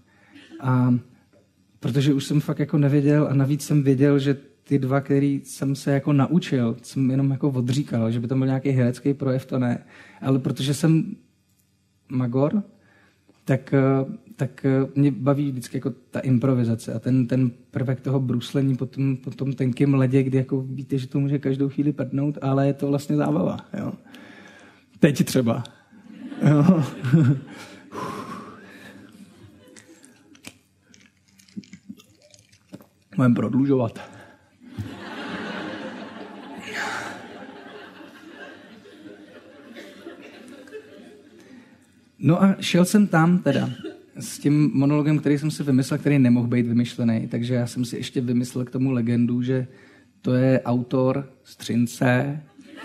A protože už jsem fakt jako nevěděl a navíc jsem věděl, že ty 2, který jsem se jako naučil, jsem jenom jako odříkal, že by tam byl nějaký herecký projev, to ne. Ale protože jsem magor, tak mě baví vždycky jako ta improvizace a ten prvek toho bruslení po tom tenkém ledě, kdy jako víte, že to může každou chvíli prdnout, ale je to vlastně zábava. Jo. Teď třeba. Jo. Můžeme prodlužovat. No a šel jsem tam teda s tím monologem, který jsem si vymyslel, který nemohl být vymyšlený, takže já jsem si ještě vymyslel k tomu legendu, že to je autor Střince.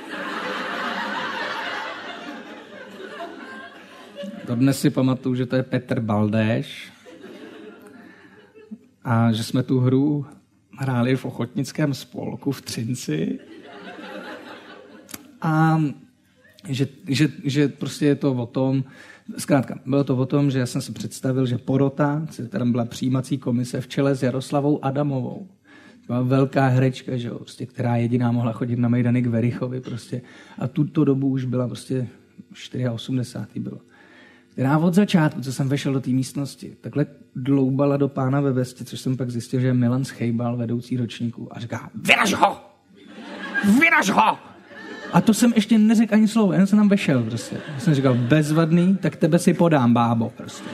Dodnes si pamatuju, že to je Petr Baldéš a že jsme tu hru hráli v ochotnickém spolku v Třinci a že prostě je to o tom, zkrátka, bylo to o tom, že já jsem si představil, že porota, tam byla přijímací komise v čele s Jaroslavou Adamovou. To byla velká herečka, že jo, prostě, která jediná mohla chodit na mejdany k Verichovi prostě. A tuto dobu už byla prostě 84. bylo. Která od začátku, co jsem vešel do té místnosti, takhle dloubala do pána ve vestě, což jsem pak zjistil, že je Milan Schejbal, vedoucí ročníků, a říká, vyraž ho! Vyraž ho! A to jsem ještě neřekl ani slovo, jen jsem tam vešel prostě. Já jsem říkal, bezvadný, tak tebe si podám, bábo, prostě.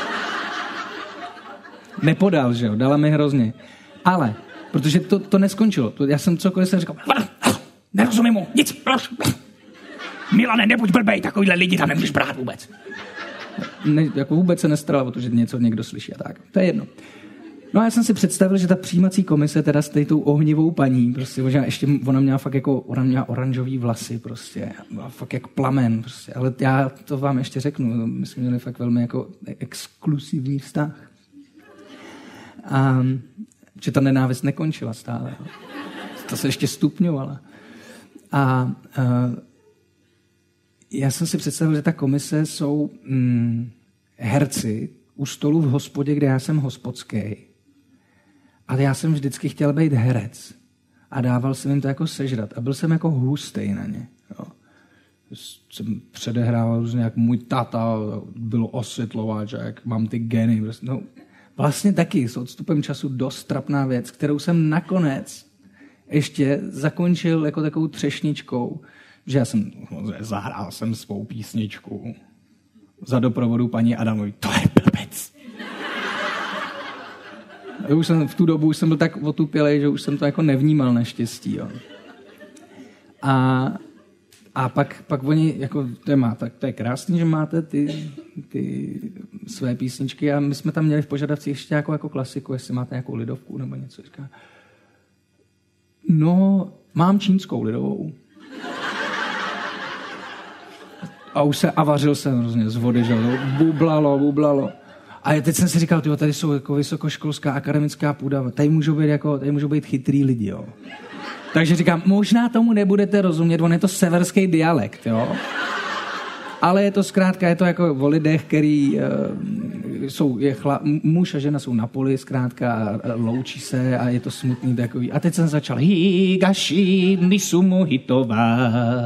Nepodal, že jo, dala mi hrozně. Ale, protože to neskončilo, já jsem cokoliv jsem říkal, nerozumím mu, nic, Milane, nebuď blbej, takovýhle lidi tam nemůžeš brát vůbec. Ne, jako vůbec se nestarala o to, že něco někdo slyší a tak, to je jedno. No a já jsem si představil, že ta přijímací komise teda s tou ohnivou paní, prostě, ještě ona měla fakt jako, ona měla oranžový vlasy prostě, byla fakt jak plamen prostě, ale já to vám ještě řeknu, my jsme měli fakt velmi jako exkluzivní vztah. A že ta nenávist nekončila stále. To se ještě stupňovala. A já jsem si představil, že ta komise jsou herci u stolu v hospodě, kde já jsem hospodský. Ale já jsem vždycky chtěl být herec. A dával jsem jim to jako sežrat. A byl jsem jako hustej na ně. Jo. Jsem předehrával různě, jak můj tata byl osvětlovač, jak mám ty geny. No, vlastně taky s odstupem času dost trapná věc, kterou jsem nakonec ještě zakončil jako takovou třešničkou, že já jsem zahrál jsem svou písničku za doprovodu paní Adamový. To je blbec. Už jsem, v tu dobu už jsem byl tak otupělej, že už jsem to jako nevnímal naštěstí. Jo. A pak oni, jako to je krásný, že máte ty své písničky a my jsme tam měli v požadavcích ještě jako klasiku, jestli máte nějakou lidovku nebo něco. Říká, no, mám čínskou lidovou. A vařil jsem hrozně z vody, že bublalo. A teď jsem si říkal, tady jsou jako vysokoškolská akademická půda, tady můžou být chytrý lidi, jo. Takže říkám, možná tomu nebudete rozumět, on je to severský dialekt, jo. Ale je to zkrátka, je to jako o lidech, který muž a žena jsou na poli, zkrátka a loučí se a je to smutný takový. A teď jsem začal Higashi nisumu hitová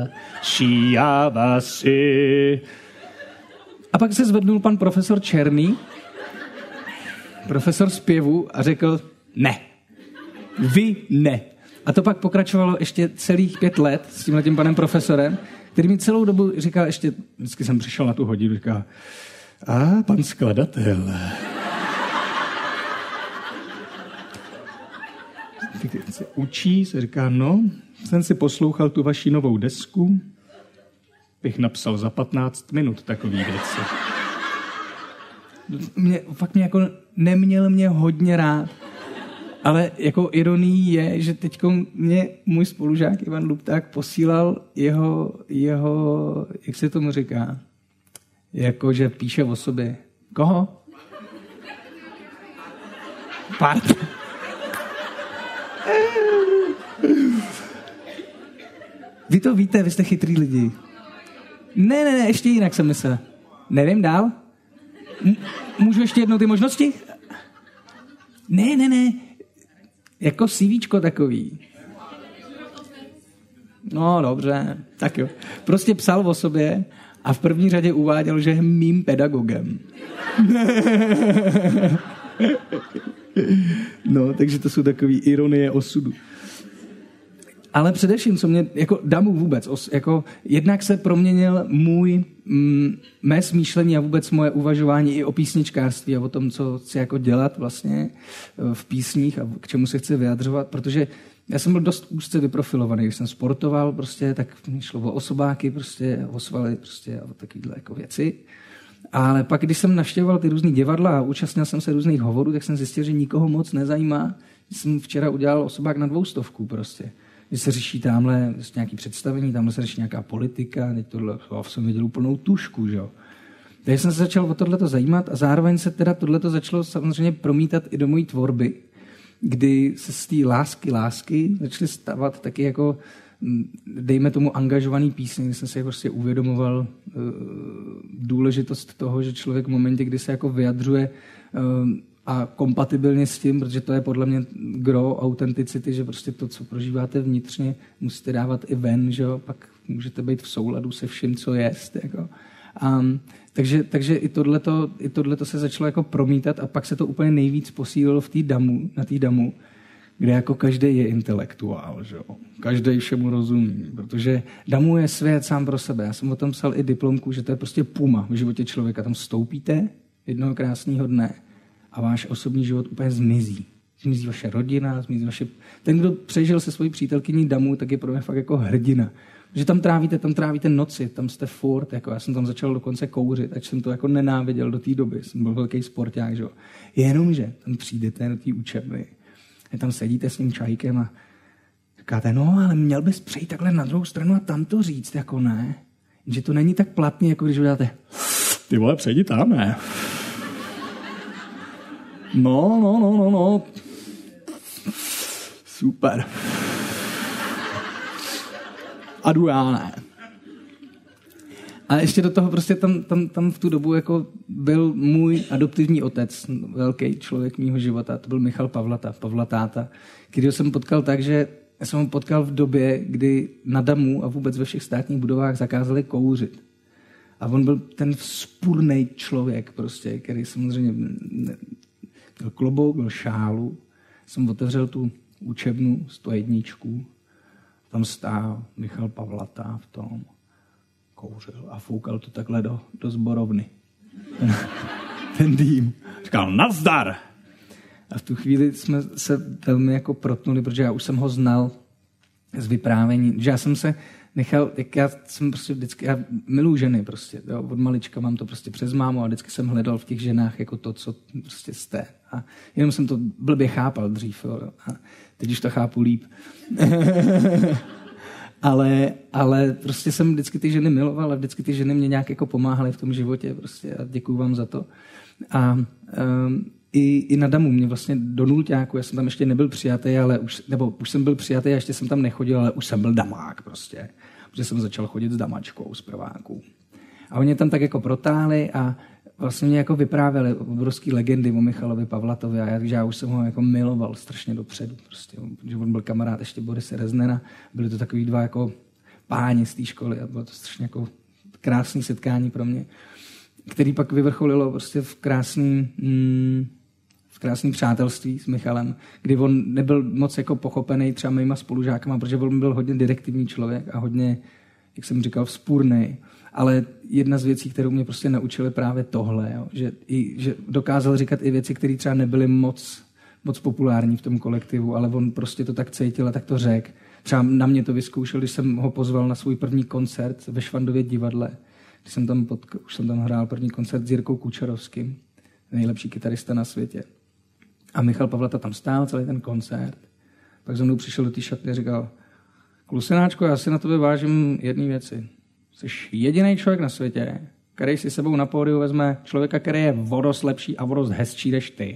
shiawase. A pak se zvednul pan profesor Černý, profesor zpěvu a řekl ne. Vy ne. A to pak pokračovalo ještě celých 5 let s tímhletím panem profesorem, který mi celou dobu říkal, ještě vždycky jsem přišel na tu hodinu, říká, a pan skladatel. Se učí, se říká, no, jsem si poslouchal tu vaši novou desku, bych napsal za 15 minut takový věci. Fakt mě jako neměl mě hodně rád. Ale jako ironií je, že teďko mě můj spolužák Ivan Lupták posílal jeho, jak se tomu říká, jako že píše o sobě. Koho? Part. Vy to víte, vy jste chytrý lidi. Ne, ještě jinak jsem myslel. Nevím dál? Můžu ještě jednou ty možnosti? Ne. Jako CVčko takový. No, dobře. Tak jo. Prostě psal o sobě A v první řadě uváděl, že je mým pedagogem. No, takže to jsou takové ironie osudu. Ale především, co mě, jako damu vůbec, jako jednak se proměnil mé smýšlení a vůbec moje uvažování i o písničkářství a o tom, co chci jako dělat vlastně v písních a k čemu se chci vyjadřovat, protože já jsem byl dost úzce vyprofilovaný, když jsem sportoval prostě, tak mi šlo o osobáky prostě, o svaly prostě a o takovýhle jako věci. Ale pak, když jsem navštěvoval ty různý divadla a účastnil jsem se různých hovorů, tak jsem zjistil, že nikoho moc nezajímá. Jsem včera udělal osobák na 200 prostě. Že se řeší tamhle nějaký představení, tamhle se řeší nějaká politika, teď tohle, jsem viděl úplnou tušku, že jo. Takže jsem se začal o tohleto zajímat a zároveň se teda tohleto začalo samozřejmě promítat i do mojí tvorby, kdy se z té lásky začaly stávat taky jako, dejme tomu, angažovaný písně, kdy jsem si prostě uvědomoval důležitost toho, že člověk v momentě, kdy se jako vyjadřuje a kompatibilně s tím, protože to je podle mě gro autenticity, že prostě to, co prožíváte vnitřně, musíte dávat i ven, že jo, pak můžete být v souladu se vším, co jest, jako. Takže i tohleto se začalo jako promítat a pak se to úplně nejvíc posílilo na té damu, kde jako každý je intelektuál, že jo. Každý všemu rozumí, protože damu je svět sám pro sebe. Já jsem o tom psal i diplomku, že to je prostě puma v životě člověka. Tam vstoupíte jednoho krásného dne a váš osobní život úplně zmizí. Zmizí vaše rodina, zmizí vaše... Ten, kdo přežil se svojí přítelkyní damu, tak je pro mě fakt jako hrdina. Že tam trávíte noci, tam jste furt, jako já jsem tam začal dokonce kouřit, ať jsem to jako nenáviděl do té doby, jsem byl velký sporták, že jo. Jenomže tam přijdete do té učebny, tam sedíte s tím čajkem a říkáte, no, ale měl bys přejít takhle na druhou stranu a tam to říct, jako ne. Že to není tak platný, jako když uděláte, ty vole, přejdi tam, ne? No. Super. A jdu já, ne. A ještě do toho prostě tam v tu dobu jako byl můj adoptivní otec, velký člověk mýho života, to byl Michal Pavlatáta, kterýho jsem potkal tak, že já jsem ho potkal v době, kdy na damu a vůbec ve všech státních budovách zakázali kouřit. A on byl ten vzpurnej člověk prostě, který samozřejmě měl klobouk, měl šálu. Jsem otevřel tu učebnu 101. Tam stál Michal Pavlata v tom, kouřil a foukal to takhle do zborovny. Ten dým. Říkal, nazdar! A v tu chvíli jsme se velmi jako protnuli, protože já už jsem ho znal z vyprávění, že já jsem se nechal, já jsem prostě vždycky, já miluji ženy prostě, jo, od malička mám to prostě přes mámu a vždycky jsem hledal v těch ženách jako to, co prostě jste. A jenom jsem to blbě chápal dřív, jo, a teď už to chápu líp. ale prostě jsem vždycky ty ženy miloval a vždycky ty ženy mě nějak jako pomáhaly v tom životě prostě a děkuju vám za to. A i na damu mě vlastně do nulťáku, já jsem tam ještě nebyl přijatý, ale už jsem byl přijatý a ještě jsem tam nechodil, ale už jsem byl damák prostě. Protože jsem začal chodit s damačkou z prváků. A oni tam tak jako protáhli a vlastně mě jako vyprávěli obrovský legendy o Michalovi Pavlatovi a já už jsem ho jako miloval strašně dopředu. Prostě, protože on byl kamarád ještě Borise Reznera. Byli to takový dva jako páni z té školy a bylo to strašně jako krásné setkání pro mě, který pak vyvrcholilo prostě v krásný přátelství s Michalem, kdy on nebyl moc jako pochopený třeba mýma spolužákama, protože on byl hodně direktivní člověk a hodně, jak jsem říkal, vzpůrnej. Ale jedna z věcí, kterou mě prostě naučili právě tohle, jo, že dokázal říkat i věci, které třeba nebyly moc populární v tom kolektivu, ale on prostě to tak cítil a tak to řekl. Třeba na mě to vyzkoušel, když jsem ho pozval na svůj první koncert ve Švandově divadle. Když už jsem tam hrál první koncert s Jirkou Kučerovským, nejlepší kytarista na světě. A Michal Pavlata tam stál celý ten koncert. Pak za mnou přišel do té šatny a říkal, Klusináčko, já si na tobě vážím jedné věci. Jsi jediný člověk na světě, který si sebou na pódiu vezme člověka, který je vodost lepší a vodost hezčí než ty.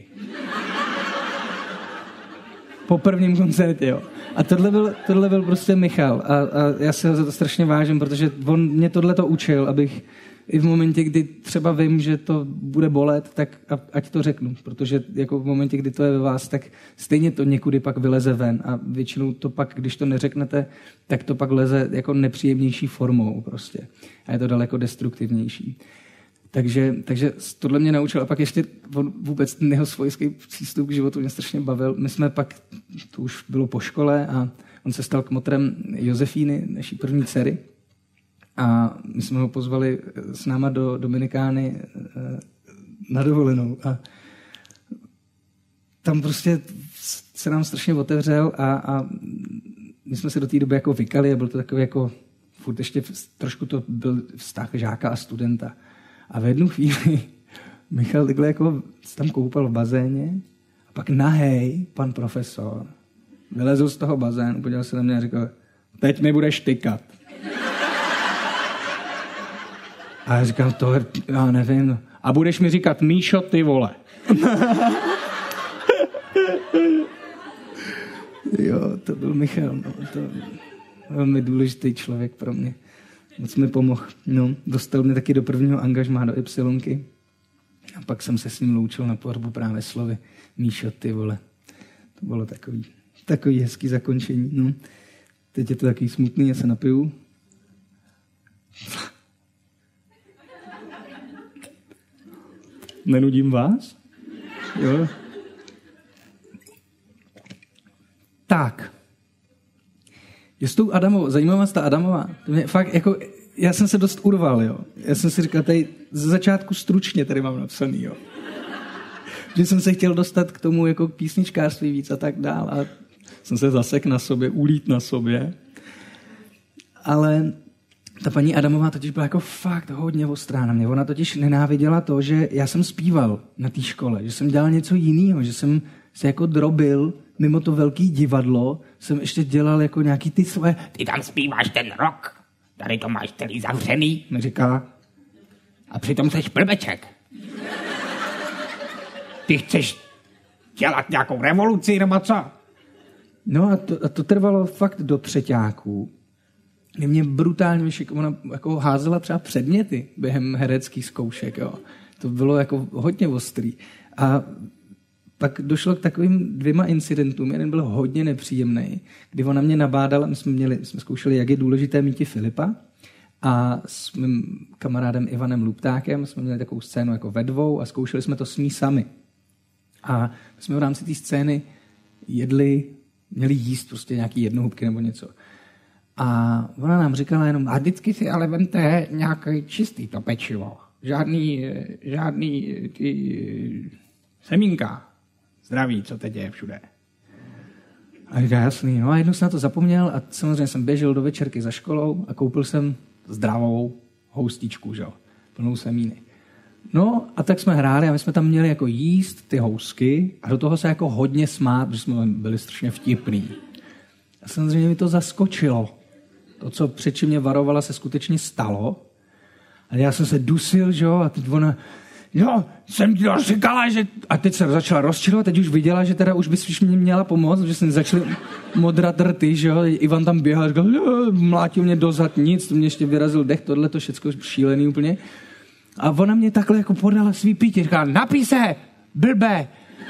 Po prvním koncertě, jo. A tohle byl prostě Michal. A já si ho za to strašně vážím, protože on mě tohleto učil, abych i v momentě, kdy třeba vím, že to bude bolet, tak ať to řeknu, protože jako v momentě, kdy to je ve vás, tak stejně to někudy pak vyleze ven a většinou to pak, když to neřeknete, tak to pak leze jako nepříjemnější formou prostě a je to daleko destruktivnější. Takže tohle mě naučil a pak ještě vůbec ten jeho svojský přístup k životu mě strašně bavil. My jsme pak, to už bylo po škole a on se stal kmotrem Josefíny, naší první dcery. A my jsme ho pozvali s náma do Dominikány na dovolenou. A tam prostě se nám strašně otevřel a my jsme se do té doby jako vykali a byl to takový jako, furt ještě trošku to byl vztah žáka a studenta. A v jednu chvíli Michal takhle jako se tam koupal v bazéně a pak nahej pan profesor vylezl z toho bazénu, podíval se na mě a řekl, teď mi budeš tykat. A já říkám, to já nevím. A budeš mi říkat, Míšo, ty vole. Jo, to byl Michal. No, to velmi důležitý člověk pro mě. Moc mi pomohl. No, dostal mě taky do prvního angažmá do Ypsilonky. A pak jsem se s ním loučil na pohřbu právě slovy Míšo, ty vole. To bylo takový hezký zakončení. No. Teď je to takový smutný, já se napiju. Nenudím vás? Jo. Tak. Je s tou Adamovou, zajímavá ta Adamová. To mě fakt jako, já jsem se dost urval, jo. Já jsem si říkal, tady ze začátku stručně tady mám napsaný, jo. Že jsem se chtěl dostat k tomu jako písničkářství víc a tak dál. A jsem se zasek na sobě, ulít na sobě. Ale ta paní Adamová totiž byla jako fakt hodně ostrá na mě. Ona totiž nenáviděla to, že já jsem zpíval na té škole, že jsem dělal něco jiného, že jsem se jako drobil mimo to velký divadlo, jsem ještě dělal jako nějaký ty svoje, ty tam zpíváš ten rock, tady to máš celý zavřený, mi říká, a přitom seš blbeček. Ty chceš dělat nějakou revoluci, nebo co? No a to trvalo fakt do třeťáků. Mě brutálně ona jako házela třeba předměty během hereckých zkoušek. Jo. To bylo jako hodně ostrý. A pak došlo k takovým 2 incidentům. Jeden byl hodně nepříjemný, kdy ona mě nabádala, my jsme zkoušeli, jak je důležité míti Filipa a s mým kamarádem Ivanem Luptákem jsme měli takovou scénu jako ve dvou a zkoušeli jsme to s ní sami. A my jsme v rámci té scény měli jíst prostě nějaký jednohubky nebo něco. A ona nám říkala jenom, a vždycky si ale vemte nějaký čistý to pečivo. Žádný ty semínka. Zdraví, co teď je všude. A říká, jasný. No a jednou jsem na to zapomněl a samozřejmě jsem běžel do večerky za školou a koupil jsem zdravou houstičku, že jo, plnou semíny. No a tak jsme hráli a my jsme tam měli jako jíst ty housky a do toho se jako hodně smát, protože jsme byli strašně vtipný. A samozřejmě mi to zaskočilo. To, co před čím mě varovala, se skutečně stalo. A já jsem se dusil, že jo, a teď ona, jo, jsem ti říkala, že... A teď se začala rozčilovat, teď už viděla, že teda už bys mě měla pomoct, že jsem začali modrat rty, že jo, Ivan tam běhal, říkal, mlátil mě dozad, nic, to mě ještě vyrazil dech, tohle to všecko šílený úplně. A ona mě takhle jako podala svý pití, říkala, napij se, blbe.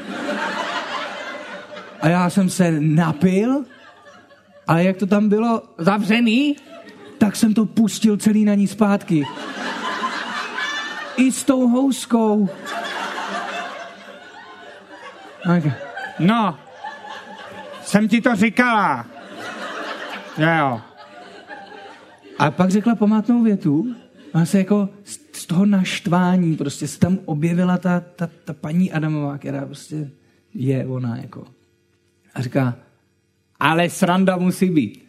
A já jsem se napil, ale jak to tam bylo zavřený, tak jsem to pustil celý na ní zpátky. I s tou houskou. No, jsem ti to říkala. Jo. A pak řekla památnou větu, a se jako z toho naštvání prostě se tam objevila ta paní Adamová, která prostě je ona jako. A říká, ale sranda musí být.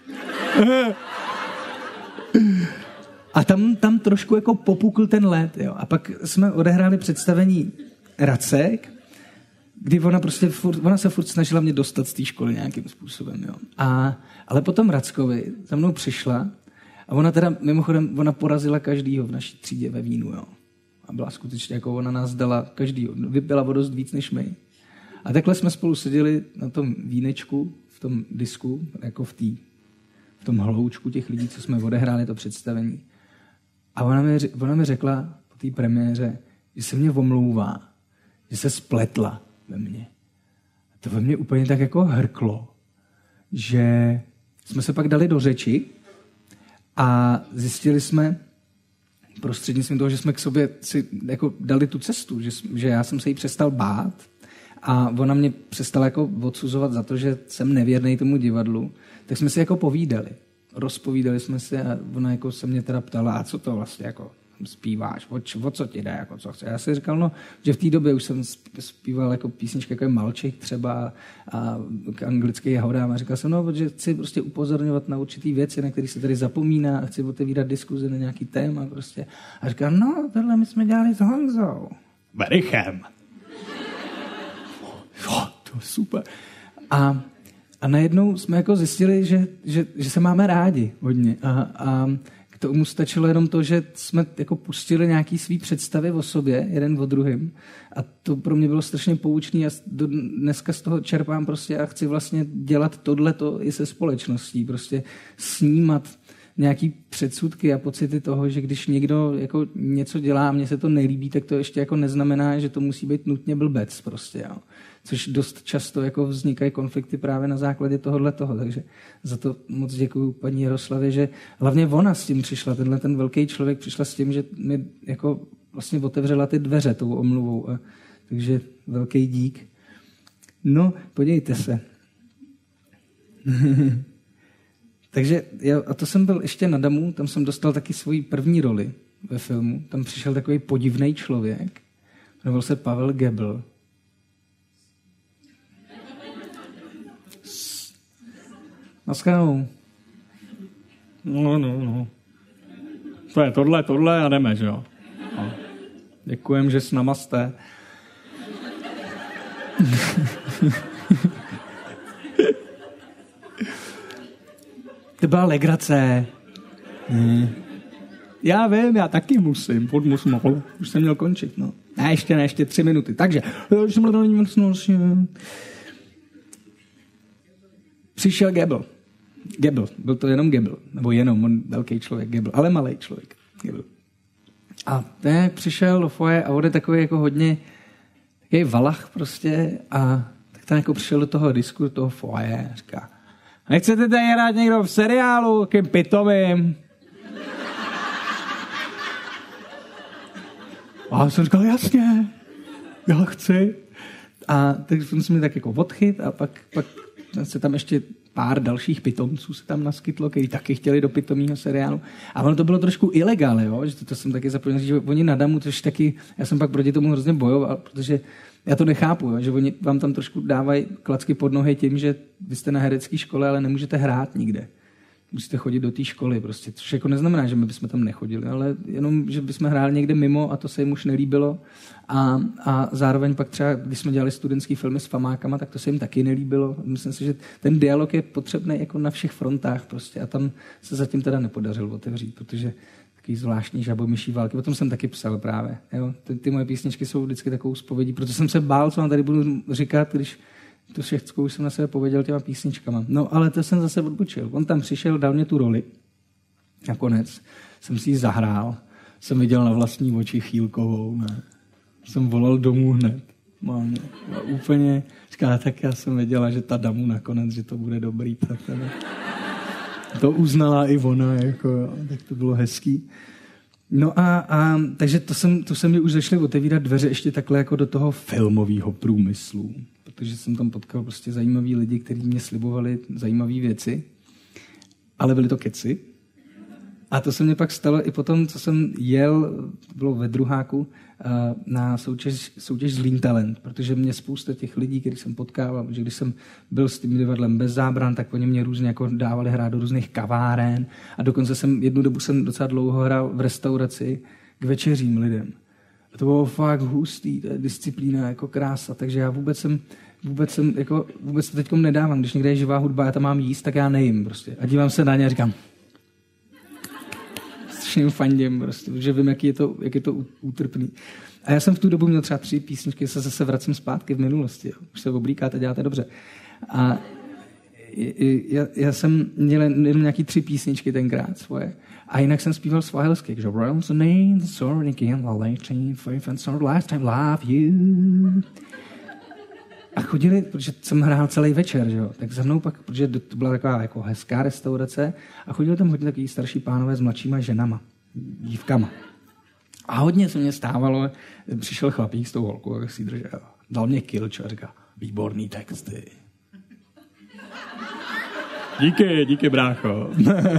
A tam trošku jako popukl ten led, jo. A pak jsme odehráli představení Racek, kdy ona se furt snažila mě dostat z té školy nějakým způsobem, jo. Ale potom Rackovi za mnou přišla a ona teda, mimochodem, ona porazila každýho v naší třídě ve vínu, jo. A byla skutečně, jako ona nás dala každýho, vypila o dost víc než my. A takhle jsme spolu seděli na tom vínečku, v tom disku, jako v tom hloučku těch lidí, co jsme odehráli to představení. A ona mi řekla po té premiéře, že se mě omlouvá, že se spletla ve mně. To ve mně úplně tak jako hrklo, že jsme se pak dali do řeči a zjistili jsme prostřednictvím toho, že jsme k sobě si jako dali tu cestu, že já jsem se jí přestal bát a ona mě přestala jako odsuzovat za to, že jsem nevěrný tomu divadlu, tak jsme si jako povídali. Rozpovídali jsme si a ona jako se mě teda ptala, a co to vlastně jako zpíváš, o co ti jde, jako co chce. Já si říkal, no, že v té době už jsem zpíval jako písničky jako je Malček třeba a anglický Jahodám a říkal jsem, no, že chci prostě upozorňovat na určitý věci, na které se tady zapomíná a chci otevírat diskuze na nějaký téma prostě. A říkal, no, tohle my jsme dělali s Honzou. Berichem. Jo, to je super. A najednou jsme jako zjistili, že se máme rádi hodně a k tomu stačilo jenom to, že jsme jako pustili nějaký svý představy o sobě, jeden o druhém. A to pro mě bylo strašně poučný a dneska z toho čerpám prostě a chci vlastně dělat tohleto i se společností. Prostě snímat nějaký předsudky a pocity toho, že když někdo jako něco dělá a mně se to nelíbí, tak to ještě jako neznamená, že to musí být nutně blbec prostě, jo. Což dost často jako vznikají konflikty právě na základě tohohletoho. Takže za to moc děkuju paní Jaroslavě, že hlavně ona s tím přišla, ten velký člověk přišla s tím, že mi jako vlastně otevřela ty dveře tou omluvou. Takže velký dík. No, podívejte se. Takže a to jsem byl ještě na Damu, tam jsem dostal taky svoji první roli ve filmu. Tam přišel takový podivný člověk, jmenoval se Pavel Gebel. Naschledanou. No. To je tohle a jdeme, že jo? No. Děkujem, že s náma jste. To byla legrace. Já vím, já taky musím. Už jsem měl končit, no. Ne, ještě 3 minuty. Takže. Přišel Gebel. Byl to jenom Gebel. Nebo jenom, on velký člověk, Gebel. Ale malý člověk, Gebel. A ten přišel do foje a on je takový jako hodně takový valach prostě a tak tam jako přišel do toho disku, do toho foje a říká, nechcete tady hrát někdo v seriálu, takým pitovým? A jsem říkal, jasně, já chci. A tak jsem se mi tak jako odchyt a pak se tam ještě pár dalších pitomců se tam naskytlo, kteří taky chtěli do pitomního seriálu. A ono to bylo trošku ilegálně, jo? Že to jsem taky zapomněl, že oni na Damu, což taky, já jsem pak proti tomu hrozně bojoval, protože já to nechápu, jo? Že oni vám tam trošku dávají klacky pod nohy tím, že vy jste na herecké škole, ale nemůžete hrát nikde. Musíte chodit do té školy prostě, což jako neznamená, že my bychom tam nechodili, ale jenom, že bychom hráli někde mimo a to se jim už nelíbilo. A zároveň pak třeba, když jsme dělali studentský filmy s famákama, tak to se jim taky nelíbilo. Myslím si, že ten dialog je potřebný jako na všech frontách prostě a tam se zatím teda nepodařilo otevřít, protože takový zvláštní žabomyší války. O tom jsem taky psal právě. Jo? Ty moje písničky jsou vždycky takovou zpovědí, protože jsem se bál, co vám tady budu říkat, když tu všechno už jsem na sebe pověděl těma písničkama. No, ale to jsem zase odbočil. On tam přišel, dal mě tu roli. Nakonec jsem si ji zahrál. Jsem viděl na vlastní oči Chýlkovou. Ne. Jsem volal domů hned. Mámě. A úplně říká, tak já jsem věděla, že ta Damu nakonec, že to bude dobrý. To uznala i ona, jako, tak to bylo hezký. No a takže to se mi už začaly otevírat dveře ještě takhle jako do toho filmového průmyslu. Protože jsem tam potkal prostě zajímavý lidi, kteří mě slibovali zajímavé věci, ale byly to keci. A to se mně pak stalo i potom, co jsem jel, bylo ve druháku, na soutěž Zlín talent, protože mě spousta těch lidí, kterých jsem potkával, že když jsem byl s tím divadlem Bez zábran, tak oni mě různě jako dávali hrát do různých kaváren a dokonce jednu dobu jsem docela dlouho hrál v restauraci k večeřím lidem. A to bylo fakt hustý, to je disciplína, jako krása, takže já vůbec to teďkom nedávám. Když někde je živá hudba, já tam mám jíst, tak já nejím prostě. A dívám se na ně a říkám, strašným fandím prostě, protože vím, jak je to útrpný. A já jsem v tu dobu měl třeba 3 písničky, se zase vracím zpátky v minulosti. Jo. Už se oblíkáte, děláte dobře. A já jsem měl jenom nějaký 3 písničky tenkrát svoje. A jinak jsem zpíval svahilsky, takže last time love you. A chodili, protože jsem hrál celý večer, že jo, tak za mnou pak, protože to byla taková jako hezká restaurace, a chodili tam hodně takový starší pánové s mladšíma ženama, dívkama. A hodně se mě stávalo, přišel chlapík s tou holkou, jak si držel, dal mě kilč a říká, výborný texty. Díky, brácho.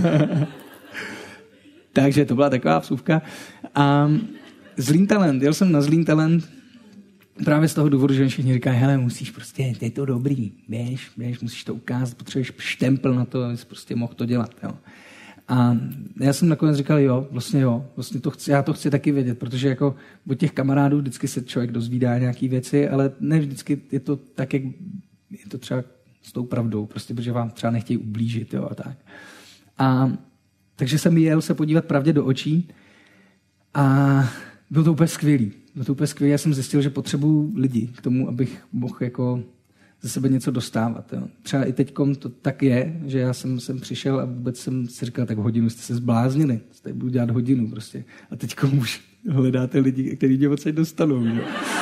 Takže to byla taková vsuvka. A Zlín Talent, jel jsem na Zlín Talent právě z toho důvodu, že všichni říkají, hele, musíš prostě, je to dobrý, běž, musíš to ukázat, potřebuješ štempel na to, abys prostě mohl to dělat. Jo. A já jsem nakonec říkal, vlastně to chci, já to chci taky vědět, protože jako od těch kamarádů vždycky se člověk dozvídá nějaký věci, ale ne vždycky je to tak, jak je to třeba s tou pravdou, prostě protože vám třeba nechtějí ublížit, jo, a tak. A takže jsem jel se podívat pravdě do očí a bylo to úplně skvělý. Já jsem zjistil, že potřebuju lidi k tomu, abych mohl jako ze sebe něco dostávat. Jo. Třeba i teďkom to tak je, že já jsem přišel a vůbec jsem si říkal, tak hodinu jste se zbláznili, tady budu dělat hodinu prostě. A teďkom už hledáte lidi, kteří mě odsaď dostanou. Jo.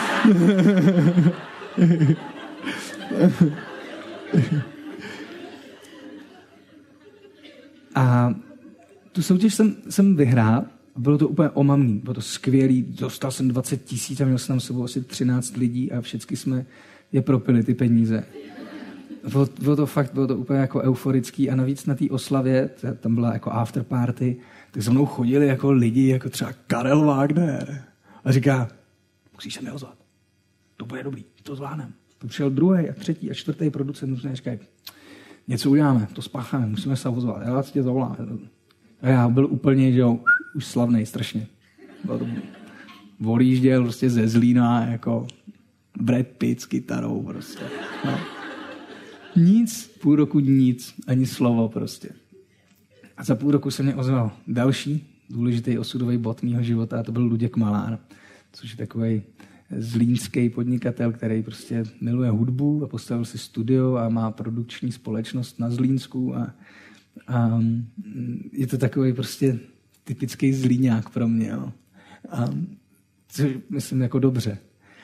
A tu soutěž jsem vyhrál. Bylo to úplně omamný, bylo to skvělý, dostal jsem 20 000 a měl jsem tam s sebou asi 13 lidí a všichni jsme je propili ty peníze. Bylo to úplně jako euforický a navíc na té oslavě, tam byla jako afterparty, tak za mnou chodili jako lidi, jako třeba Karel Wagner a říká, musíš se mi ozvat, to bude dobrý, to zvládnem. To přijel 2. a 3. a 4. producent a říkají, něco uděláme, to spácháme, musíme se ozvat, já tě zavolám. A já byl úplně, že jo, už slavnej strašně. Volížděl prostě ze Zlína, jako Brad Pitt s kytarou prostě. No. Nic, půl roku nic, ani slovo prostě. A za půl roku se mě ozval další důležitý osudový bod mýho života a to byl Luděk Malár, což je takovej zlínský podnikatel, který prostě miluje hudbu a postavil si studio a má produkční společnost na Zlínsku a je to takový prostě typický Zlíňák pro mě. Jo. Což myslím jako dobře.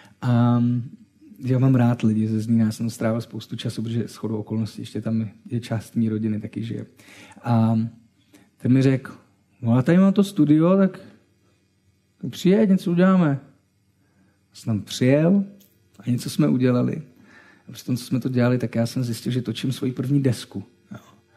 Já mám rád lidi ze Zlína, já jsem strávil spoustu času, protože shodou okolností ještě tam je část mý rodiny taky žije. A ten mi řekl, no a tady mám to studio, tak přijeď, něco uděláme. Jsem tam přijel a něco jsme udělali. A při tom, co jsme to dělali, tak já jsem zjistil, že točím svoji první desku. Jo.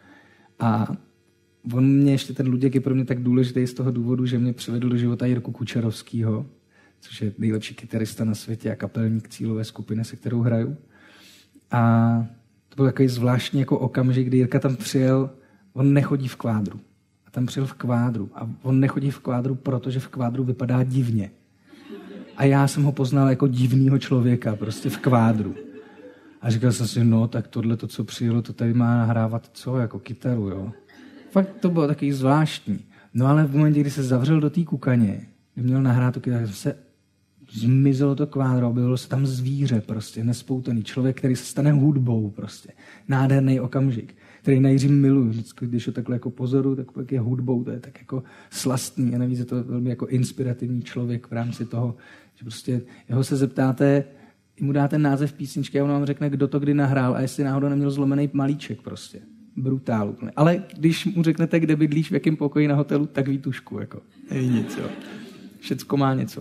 A on mě ještě, ten Luděk je pro mě tak důležitý z toho důvodu, že mě přivedl do života Jirku Kučerovskýho, což je nejlepší kytarista na světě a kapelník cílové skupiny, se kterou hraju. A to byl takový zvláštní jako okamžik, kdy Jirka tam přijel, on nechodí v kvádru. A tam přijel v kvádru. A on nechodí v kvádru, protože v kvádru vypadá divně. A já jsem ho poznal jako divnýho člověka, prostě v kvádru. A říkal jsem si, no, tak tohle, to, co přijelo, to tady má nahrávat co, jako kytaru, jo. Fakt to bylo takový zvláštní. No ale v momentě, kdy se zavřel do té kukaně, kdy měl nahrát tu kytaru, se zmizelo to kvádro, bylo se tam zvíře prostě, nespoutaný člověk, který se stane hudbou prostě. Nádherný okamžik, který na miluju. Vždycky, když ho takhle jako pozoru, tak pak je hudbou, to je tak jako slastný a navíc je to velmi jako inspirativní člověk v rámci toho, že prostě jeho se zeptáte, mu dáte název písničky a on vám řekne, kdo to kdy nahrál a jestli náhodou neměl zlomený malíček prostě. Brutál úplně. Ale když mu řeknete, kde bydlíš, v jakém pokoji na hotelu, tak ví tušku, jako. Neví nic, jo. Všecko má něco.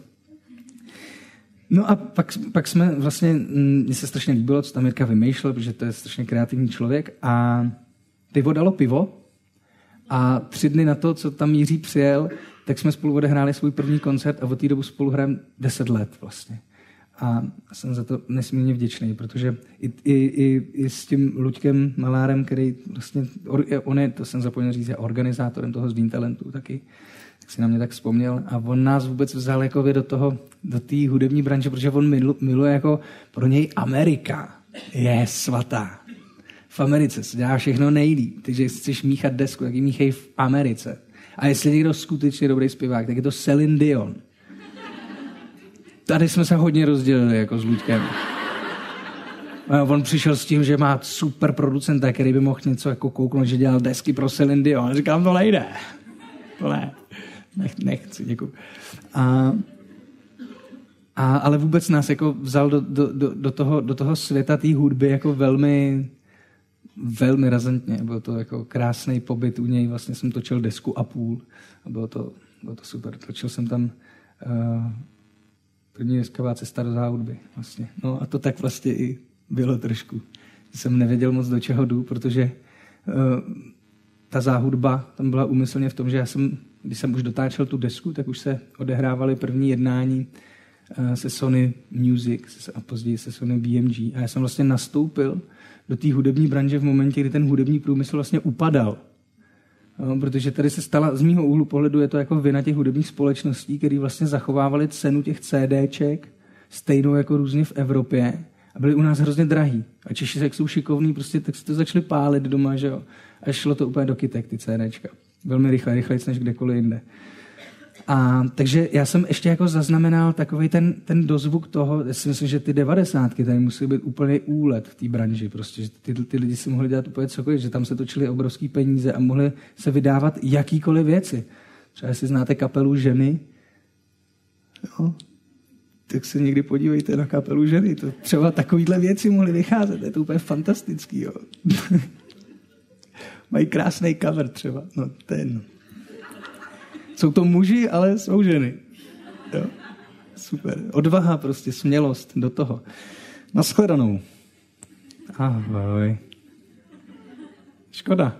No a pak jsme vlastně, mně se strašně líbilo, co tam Jirka vymýšlel, protože to je strašně kreativní člověk a pivo dalo pivo a 3 dny na to, co tam Jiří přijel, tak jsme spolu odehráli svůj první koncert a od té dobu spolu hrajeme 10 let vlastně. A jsem za to nesmírně vděčný, protože i s tím Luďkem Malárem, který vlastně, on je, to jsem zapomněl říct, je organizátorem toho Zlín Talentu taky, tak si na mě tak vzpomněl a on nás vůbec vzal jako do té hudební branže, protože on miluje jako pro něj Amerika je svatá. V Americe se dělá všechno nejlíp, takže jestli chceš míchat desku, tak ji míchej v Americe. A jestli je někdo skutečně dobrý zpěvák, tak je to Celine Dion. Tady jsme se hodně rozdělili jako s Luďkem. On přišel s tím, že má super producenta, který by mohl něco jako kouknout, že dělal desky pro Celine Dion. A říkám, to nejde. To ne. Nechci, děkuji. Ale vůbec nás jako vzal do toho světa té hudby jako velmi razantně. Byl to jako krásný pobyt u něj. Vlastně jsem točil 1,5 desku a bylo to super. Točil jsem tam první desková cesta do záhudby. Vlastně. No a to tak vlastně i bylo trošku. Jsem nevěděl moc, do čeho jdu, protože ta záhudba tam byla úmyslně v tom, že když jsem už dotáčel tu desku, tak už se odehrávaly první jednání se Sony Music a později se Sony BMG. A já jsem vlastně nastoupil do té hudební branže v momentě, kdy ten hudební průmysl vlastně upadal. No, protože tady se stala, z mýho úhlu pohledu, je to jako vina těch hudebních společností, které vlastně zachovávaly cenu těch CDček stejnou jako různě v Evropě a byly u nás hrozně drahý. A Češi, jak jsou šikovní, prostě tak si to začali pálit doma, že jo. A šlo to úplně do kytek, ty CDčka. Velmi rychlejc než kdekoliv jinde. A takže já jsem ještě jako zaznamenal takovej ten dozvuk toho, já si myslím, že ty 90ky tady musí být úplně úlet v té branži, prostě, že ty lidi si mohli dělat úplně cokoliv, že tam se točily obrovský peníze a mohli se vydávat jakýkoliv věci. Třeba jestli znáte kapelu Ženy, jo, tak se někdy podívejte na kapelu Ženy, to třeba takovýhle věci mohly vycházet, je to úplně fantastický, jo. Mají krásný cover třeba, no ten. Jsou to muži, ale jsou ženy. Jo? Super. Odvaha prostě, smělost do toho. Nashledanou. Ahoj. Škoda.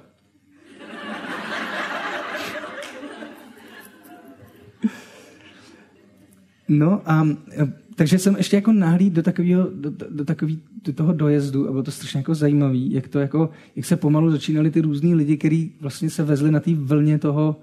No a takže jsem ještě jako nahlíd do toho dojezdu a bylo to strašně jako zajímavý, jak se pomalu začínali ty různý lidi, kteří vlastně se vezli na té vlně toho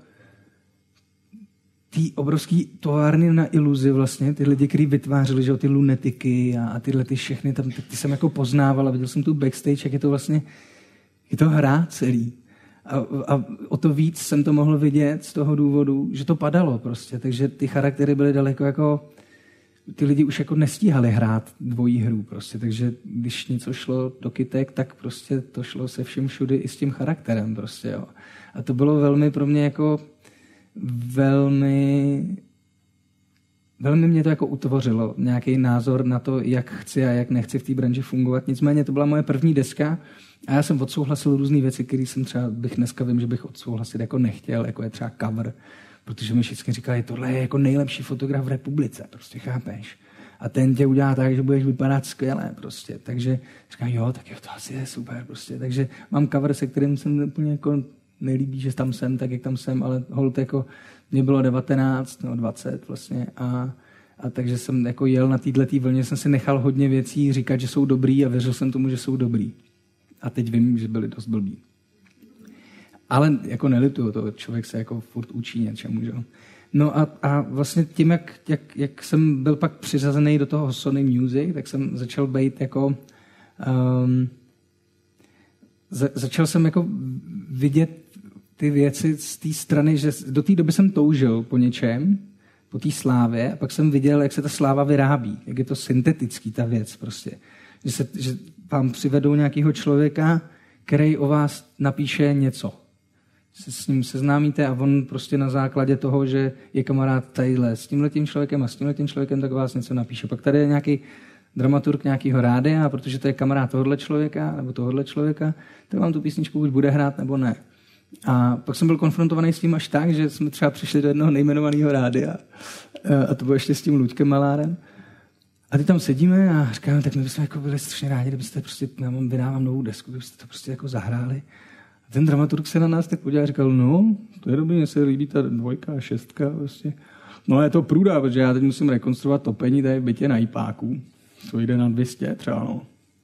ty obrovský továrny na iluzi vlastně, ty lidi, kteří vytvářeli, že, ty lunetiky a tyhle ty všechny, tam, ty jsem jako poznával a viděl jsem tu backstage, jak je to vlastně, je to hra celý. A o to víc jsem to mohl vidět z toho důvodu, že to padalo prostě, takže ty charaktery byly daleko jako, ty lidi už jako nestíhali hrát dvojí hru prostě, takže když něco šlo do kytek, tak prostě to šlo se vším všudy i s tím charakterem prostě, jo. A to bylo velmi pro mě jako velmi mě to jako utvořilo, nějaký názor na to, jak chci a jak nechci v té branži fungovat. Nicméně to byla moje první deska a já jsem odsouhlasil různé věci, které jsem třeba dneska vím, že bych odsouhlasit jako nechtěl, jako je třeba cover, protože mi všichni říkali, tohle je jako nejlepší fotograf v republice, prostě chápeš. A ten tě udělá tak, že budeš vypadat skvěle prostě. Takže říkám, jo, tak jo, to asi je super prostě. Takže mám cover, se kterým jsem úplně jako nelíbí, že tam jsem, tak jak tam jsem, ale holt jako mě bylo 19 nebo 20 vlastně a takže jsem jako jel na této vlně, jsem si nechal hodně věcí říkat, že jsou dobrý a věřil jsem tomu, že jsou dobrý. A teď vím, že byli dost blbý. Ale jako nelituju to, člověk se jako furt učí něčemu, že? No a vlastně tím, jak jsem byl pak přiřazený do toho Sony Music, tak jsem začal být jako začal jsem jako vidět ty věci z té strany, že do té doby jsem toužil po něčem, po té slávě, a pak jsem viděl, jak se ta sláva vyrábí, jak je to syntetický ta věc prostě. Že vám přivedou nějakého člověka, který o vás napíše něco. Se s ním seznámíte a on prostě na základě toho, že je kamarád tadyhle s tímhletím člověkem a s tímhletím člověkem, tak vás něco napíše. Pak tady je nějaký dramaturg nějakého rádia, a protože to je kamarád tohohle člověka nebo tohohle člověka, tak vám tu písničku buď bude hrát, nebo ne. A pak jsem byl konfrontovaný s tím až tak, že jsme třeba přišli do jednoho nejmenovaného rádia a to bylo ještě s tím Luďkem Malárem. A teď tam sedíme a říkáme, tak my bychom jako byli strašně rádi, kdybyste prostě, já vydávám novou desku, kdybyste to prostě jako zahráli. A ten dramaturg se na nás tak podíval a říkal, no, to je dobrý, mně se líbí ta 2 a 6 prostě. No je to průda, protože já teď musím rekonstruovat topení tady v bytě na IPáku. To jde na 200 třeba, no.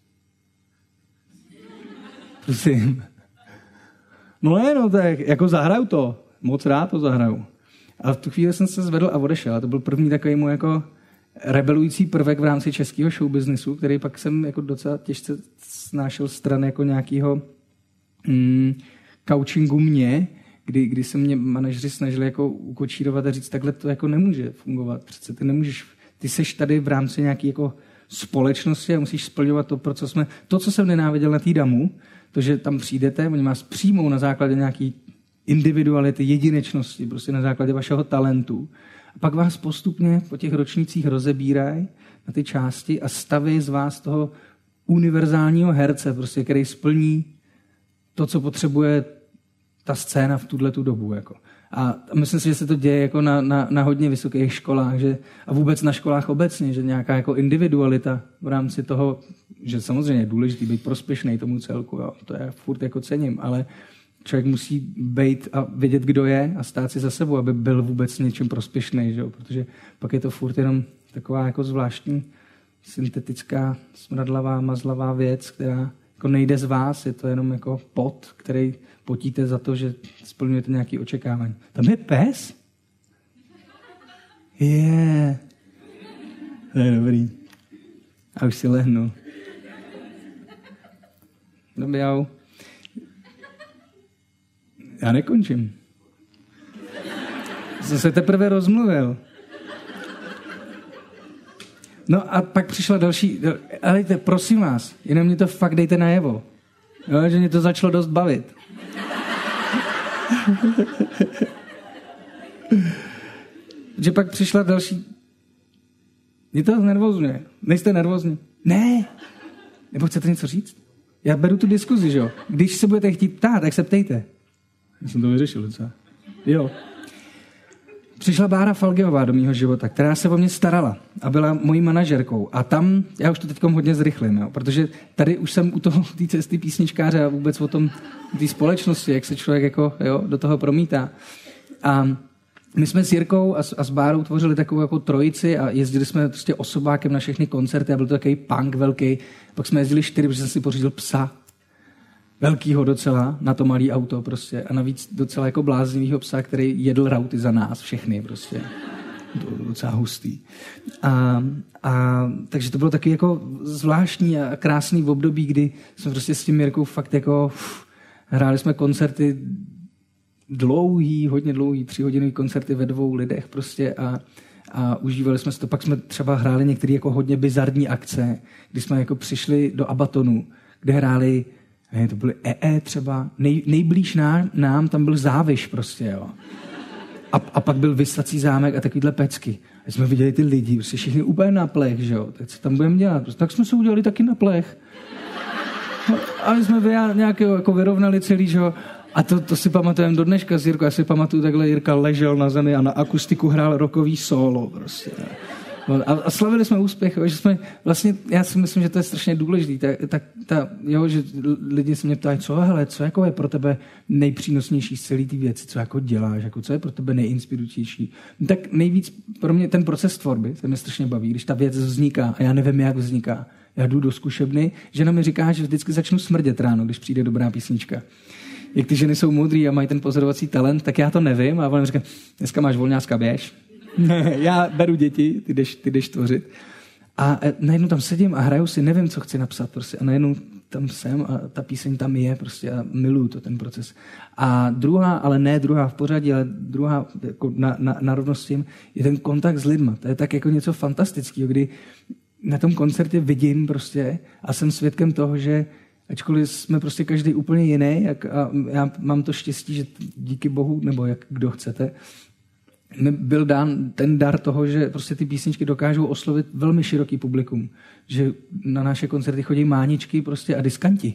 Prosím. No ne, no tak jako zahraju to. Moc rád to zahraju. A v tu chvíli jsem se zvedl a odešel. A to byl první takový můj jako rebelující prvek v rámci českého showbiznisu, který pak jsem jako docela těžce snášel strany jako nějakého coachingu mě, kdy se mě manažeři snažili jako ukočírovat a říct, takhle to jako nemůže fungovat. Přece ty seš tady v rámci nějaký jako společnosti a musíš splňovat to, co jsem nenáviděl na té damu, to, že tam přijdete, oni vás přijmou na základě nějaký individuality, jedinečnosti, prostě na základě vašeho talentu. A pak vás postupně po těch ročnících rozebírají na ty části a staví z vás toho univerzálního herce, prostě, který splní to, co potřebuje ta scéna v tuhletu dobu. Jako. A myslím si, že se to děje jako na hodně vysokých školách a vůbec na školách obecně, že nějaká jako individualita v rámci toho, že samozřejmě je důležitý být prospěšný tomu celku, jo, to já furt jako cením, ale člověk musí být a vědět, kdo je a stát si za sebou, aby byl vůbec něčím prospěšný, že jo, protože pak je to furt jenom taková jako zvláštní syntetická, smradlavá, mazlavá věc, která jako nejde z vás, je to jenom jako pot, který potíte za to, že splňujete nějaké očekávání. Tam je pes? Je. To je dobrý. A už si lehnu. Dobrý, jau. Já nekončím. Jsem se teprve rozmluvil. No a pak přišla další, ale prosím vás, jenom mě to fakt dejte najevo. Jo, že mě to začalo dost bavit. Že pak přišla další, mě to nervózňuje. Nejste nervózní? Ne. Nebo chcete něco říct? Já beru tu diskuzi, že jo. Když se budete chtít ptát, tak se ptejte. Já jsem to vyřešil docela. Jo. Přišla Bára Falgeová do mýho života, která se o mě starala a byla mojí manažerkou. A tam, já už to teď hodně zrychlím, jo, protože tady už jsem u toho té cesty písničkáře a vůbec o tom té společnosti, jak se člověk jako, jo, do toho promítá. A my jsme s Jirkou a s Bárou tvořili takovou jako trojici a jezdili jsme prostě osobákem na všechny koncerty a byl to takový punk velký. Pak jsme jezdili 4, protože jsem si pořídil psa. Velkýho docela, na to malý auto prostě. A navíc docela jako bláznivýho psa, který jedl rauty za nás všechny prostě. Docela hustý. Takže to bylo taky jako zvláštní a krásný v období, kdy jsme prostě s tím Jirkou fakt jako hráli jsme koncerty dlouhý, hodně dlouhý, 3hodinový koncerty ve 2 lidech prostě a užívali jsme si to. Pak jsme třeba hráli některé jako hodně bizarní akce, kdy jsme jako přišli do Abatonu, kde hráli to byly třeba. Nejblíž nám tam byl Záviš prostě, jo. A pak byl Vysací zámek a takovýhle pecky. A jsme viděli ty lidi, prostě všichni úplně na plech, že jo. Tak co tam budeme dělat? Prostě, tak jsme se udělali taky na plech. No, a my jsme nějak jako vyrovnali celý, že jo. A to si pamatujeme do dneška s Jirkou. Já si pamatuju, takhle Jirka ležel na zemi a na akustiku hrál rockový solo prostě. A slavili jsme úspěch, že jsme vlastně, já si myslím, že to je strašně důležité, že lidi se mě ptají, co jako je pro tebe nejpřínosnější z celé té věci, co jako děláš, jako co je pro tebe nejinspirujítější. Tak nejvíc pro mě ten proces tvorby, se mě strašně baví, když ta věc vzniká a já nevím, jak vzniká. Já jdu do zkušebny, žena mi říká, že vždycky začnu smrdět ráno, když přijde dobrá písnička. Jak ty ženy jsou moudrý a mají ten pozorovací talent, tak já to nevím a ona mi říká, dneska máš volňácka, běž. Já beru děti, ty jdeš tvořit. A najednou tam sedím a hraju si, nevím, co chci napsat prostě. A najednou tam jsem a ta píseň tam je prostě a miluju to, ten proces. A druhá, ale ne druhá v pořadí, ale druhá jako na rovnost s tím, je ten kontakt s lidma. To je tak jako něco fantastického, kdy na tom koncertě vidím prostě a jsem svědkem toho, že ačkoliv jsme prostě každý úplně jiný, a já mám to štěstí, že díky Bohu, nebo jak kdo chcete, mi byl dán ten dar toho, že prostě ty písničky dokážou oslovit velmi široký publikum. Že na naše koncerty chodí máničky prostě a diskanti.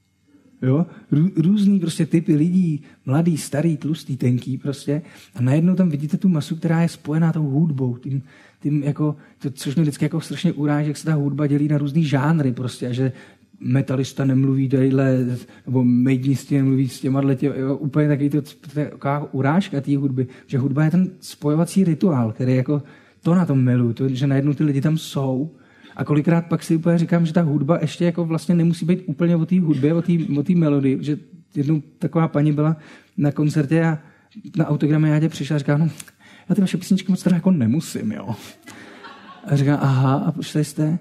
Jo? Různý prostě typy lidí, mladý, starý, tlustý, tenký prostě. A najednou tam vidíte tu masu, která je spojená tou hudbou. Tím jako, což mě vždycky jako strašně uráží, jak se ta hudba dělí na různý žánry prostě. A že metalista nemluví tadyhle, nebo mejdnisti nemluví s těma, úplně taková urážka té hudby, že hudba je ten spojovací rituál, který jako to na tom miluji, že najednou ty lidi tam jsou a kolikrát pak si úplně říkám, že ta hudba ještě jako vlastně nemusí být úplně o té hudbě, o té melodii, že jednou taková paní byla na koncertě a na autogramiádě přišla a říká, no, já ty vaše písničky moc teda jako nemusím, jo. A říká, aha, a pošli jste?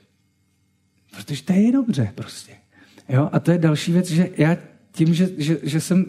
Protože to je dobře prostě. Jo? A to je další věc, že já tím, že jsem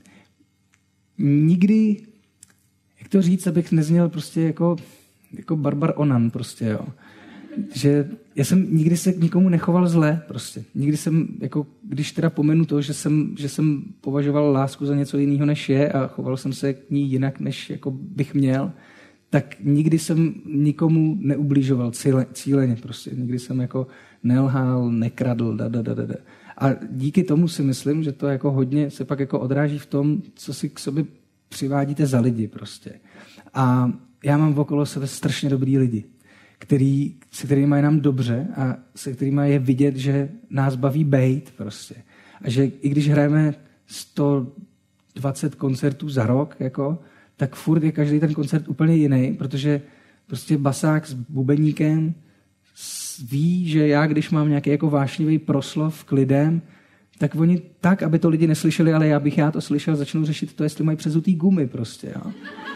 nikdy, jak to říct, abych nezněl prostě jako Barbar Onan prostě, jo. Že já jsem nikdy se k nikomu nechoval zle prostě. Nikdy jsem, jako, když teda pomenu to, že jsem považoval lásku za něco jiného, než je a choval jsem se k ní jinak, než jako bych měl, tak nikdy jsem nikomu neubližoval cíleně prostě. Nikdy jsem jako nelhal, nekradl, A díky tomu si myslím, že to jako hodně se pak jako odráží v tom, co si k sobě přivádíte za lidi prostě. A já mám okolo sebe strašně dobrý lidi, se kterými mají nám dobře a se kterými je vidět, že nás baví bejt prostě. A že i když hrajeme 120 koncertů za rok, jako, tak furt je každý ten koncert úplně jiný, protože prostě basák s bubeníkem ví, že já, když mám nějaký jako vášnivý proslov k lidem, tak oni tak, aby to lidi neslyšeli, ale já to slyšel, začnou řešit to, jestli mají přezutý gumy prostě, jo.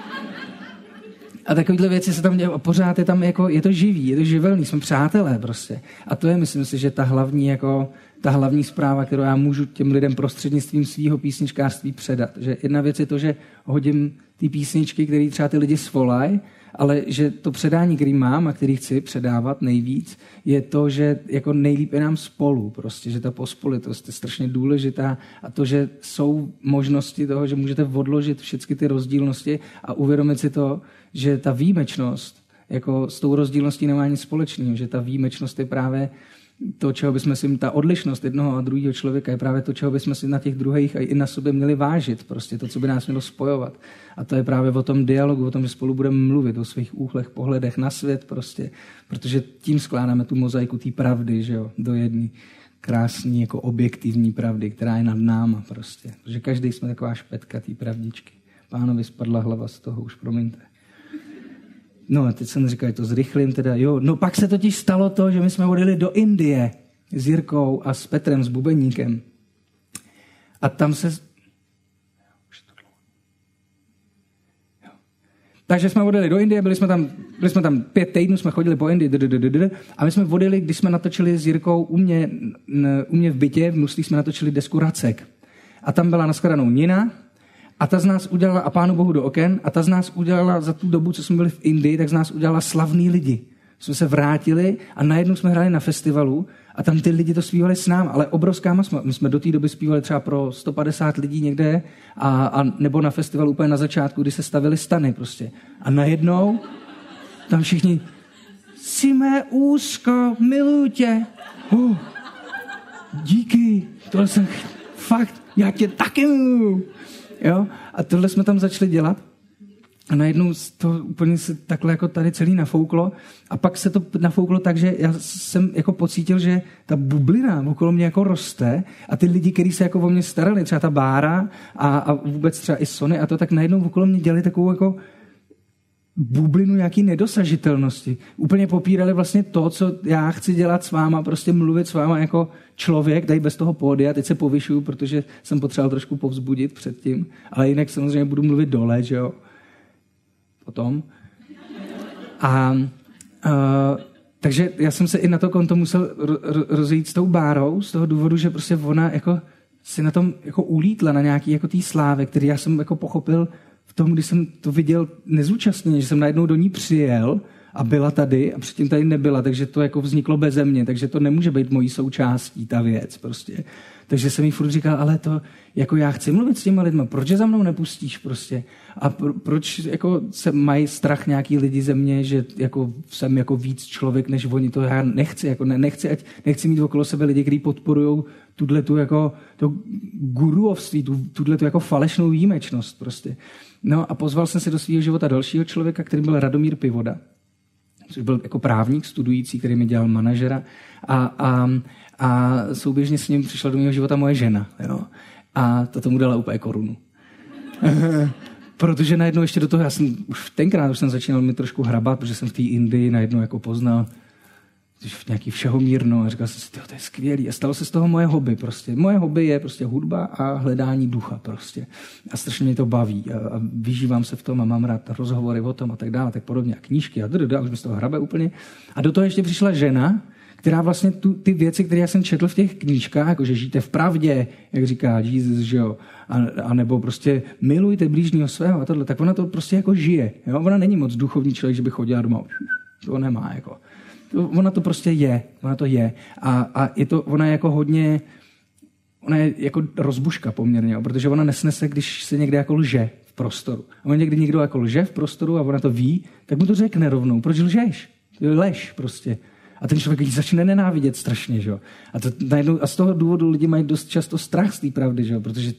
A takovéhle věci se tam dějí a pořád je tam jako, je to živý, je to živelný, jsme přátelé prostě. A to je, myslím si, že ta hlavní zpráva, kterou já můžu těm lidem prostřednictvím svého písničkářství předat. Že jedna věc je to, že hodím ty písničky, které třeba ty lidi svolají, ale že to předání, který mám a který chci předávat nejvíc, je to, že jako nejlíp je nám spolu prostě, že ta pospolitost je strašně důležitá a to, že jsou možnosti toho, že můžete odložit všechny ty rozdílnosti a uvědomit si to, že ta výjimečnost jako s tou rozdílností nemá nic společného, že ta výjimečnost je právě to, čeho bychom si, ta odlišnost jednoho a druhého člověka je právě to, čeho bychom si na těch druhých a i na sobě měli vážit, prostě to, co by nás mělo spojovat. A to je právě o tom dialogu, o tom, že spolu budeme mluvit o svých úchlech, pohledech na svět, prostě, protože tím skládáme tu mozaiku té pravdy, že jo, do jedné krásný jako objektivní pravdy, která je nad náma prostě. Protože každý jsme taková špetka té pravdičky. Pánovi spadla hlava z toho, už promiňte. No a teď jsem říkal, to zrychlím teda. Jo, no pak se totiž stalo to, že my jsme odjeli do Indie s Jirkou a s Petrem, s bubeníkem. A tam se... Takže jsme odjeli do Indie, byli jsme tam 5 týdnů, jsme chodili po Indii, a my jsme odjeli, když jsme natočili s Jirkou u mě v bytě, v Nuslích jsme natočili desku Racek. A tam byla nashledanou Nina, a ta z nás udělala, a Pánu Bohu do oken, a ta z nás udělala za tu dobu, co jsme byli v Indii, tak z nás udělala slavný lidi. Jsme se vrátili a najednou jsme hráli na festivalu a tam ty lidi to zpívali s námi, ale obrovská masma. My jsme do té doby zpívali třeba pro 150 lidí někde a nebo na festivalu úplně na začátku, kdy se stavili stany prostě. A najednou tam všichni jsi mé úzko, miluju tě. Díky, tohle jsem fakt, já tě taky miluju. Jo? A tohle jsme tam začali dělat a najednou to úplně se takhle jako tady celý nafouklo a pak se to nafouklo tak, že já jsem jako pocítil, že ta bublina okolo mě jako roste a ty lidi, kteří se jako o mě starali, třeba ta Bára a vůbec třeba i Sony a to, tak najednou okolo mě dělali takovou jako bublinu nějaký nedosažitelnosti. Úplně popírali vlastně to, co já chci dělat s váma, prostě mluvit s váma jako člověk, tady bez toho pódia, teď se povyšuju, protože jsem potřeboval trošku povzbudit předtím, ale jinak samozřejmě budu mluvit dole, že jo, potom. Takže já jsem se i na to konto musel rozejít s tou Bárou, z toho důvodu, že prostě ona jako si na tom jako ulítla na nějaký jako tý slávy, který já jsem jako pochopil v tom, když jsem to viděl nezúčastněně, že jsem najednou do ní přijel a byla tady a předtím tady nebyla, takže to jako vzniklo beze mě, takže to nemůže být mojí součástí, ta věc prostě. Takže jsem jí furt říkal, ale to, jako já chci mluvit s těma lidma, proč je za mnou nepustíš prostě? A proč jako se mají strach nějaký lidi ze mě, že jako jsem jako víc člověk, než oni, to já nechci, jako nechci mít okolo sebe lidi, kteří podporujou tu jako to guruovství, tu jako falešnou výjimečnost prostě. No a pozval jsem si do svého života dalšího člověka, který byl Radomír Pivoda, což byl jako právník studující, který mi dělal manažera a souběžně s ním přišla do mého života moje žena. Jo? A to tomu dala úplně korunu. Protože najednou ještě do toho, já jsem už tenkrát jsem začínal mi trošku hrabat, protože jsem v té Indii najednou jako poznal nějaký všehomírno a říkal jsem si, to je skvělý. A stalo se z toho moje hobby prostě. Moje hobby je prostě hudba a hledání ducha prostě. A strašně mě to baví a vyžívám se v tom a mám rád rozhovory o tom a tak dále, tak podobně a knížky a už mi z toho hrabe úplně. A do toho ještě přišla žena, která vlastně ty věci, které já jsem četl v těch knížkách, jako že žijte v pravdě, jak říká Jesus, že jo, a nebo prostě milujte blížního svého a tohle, tak ona to prostě jako žije. Jo? Ona není moc duchovní člověk, že by chodila doma. To nemá jako. Ona to prostě je. Ona to je. A je to, ona je jako hodně, ona je jako rozbuška poměrně, protože ona nesnese, když se někde jako lže v prostoru. A on někdy někdo jako lže v prostoru a ona to ví, tak mu to řekne rovnou. Proč lžeš? To je lež prostě. A ten člověk ji začne nenávidět strašně, že? A z toho důvodu lidi mají dost často strach z té pravdy, že? Protože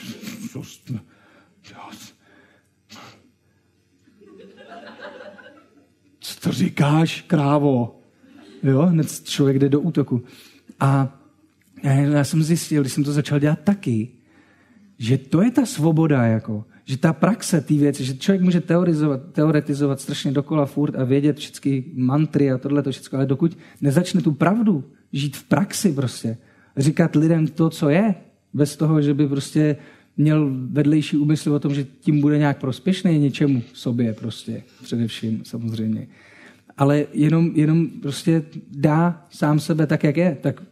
co to říkáš, krávo? Jo, hned člověk jde do útoku. A já jsem zjistil, když jsem to začal dělat taky, že to je ta svoboda, jako, že ta praxe, ty věci, že člověk může teoretizovat strašně dokola furt a vědět všechny mantry a tohle to všechno, ale dokud nezačne tu pravdu žít v praxi prostě, říkat lidem to, co je, bez toho, že by prostě měl vedlejší úmysl o tom, že tím bude nějak prospěšný něčemu sobě prostě, především samozřejmě. Ale jenom prostě dá sám sebe tak, jak je, tak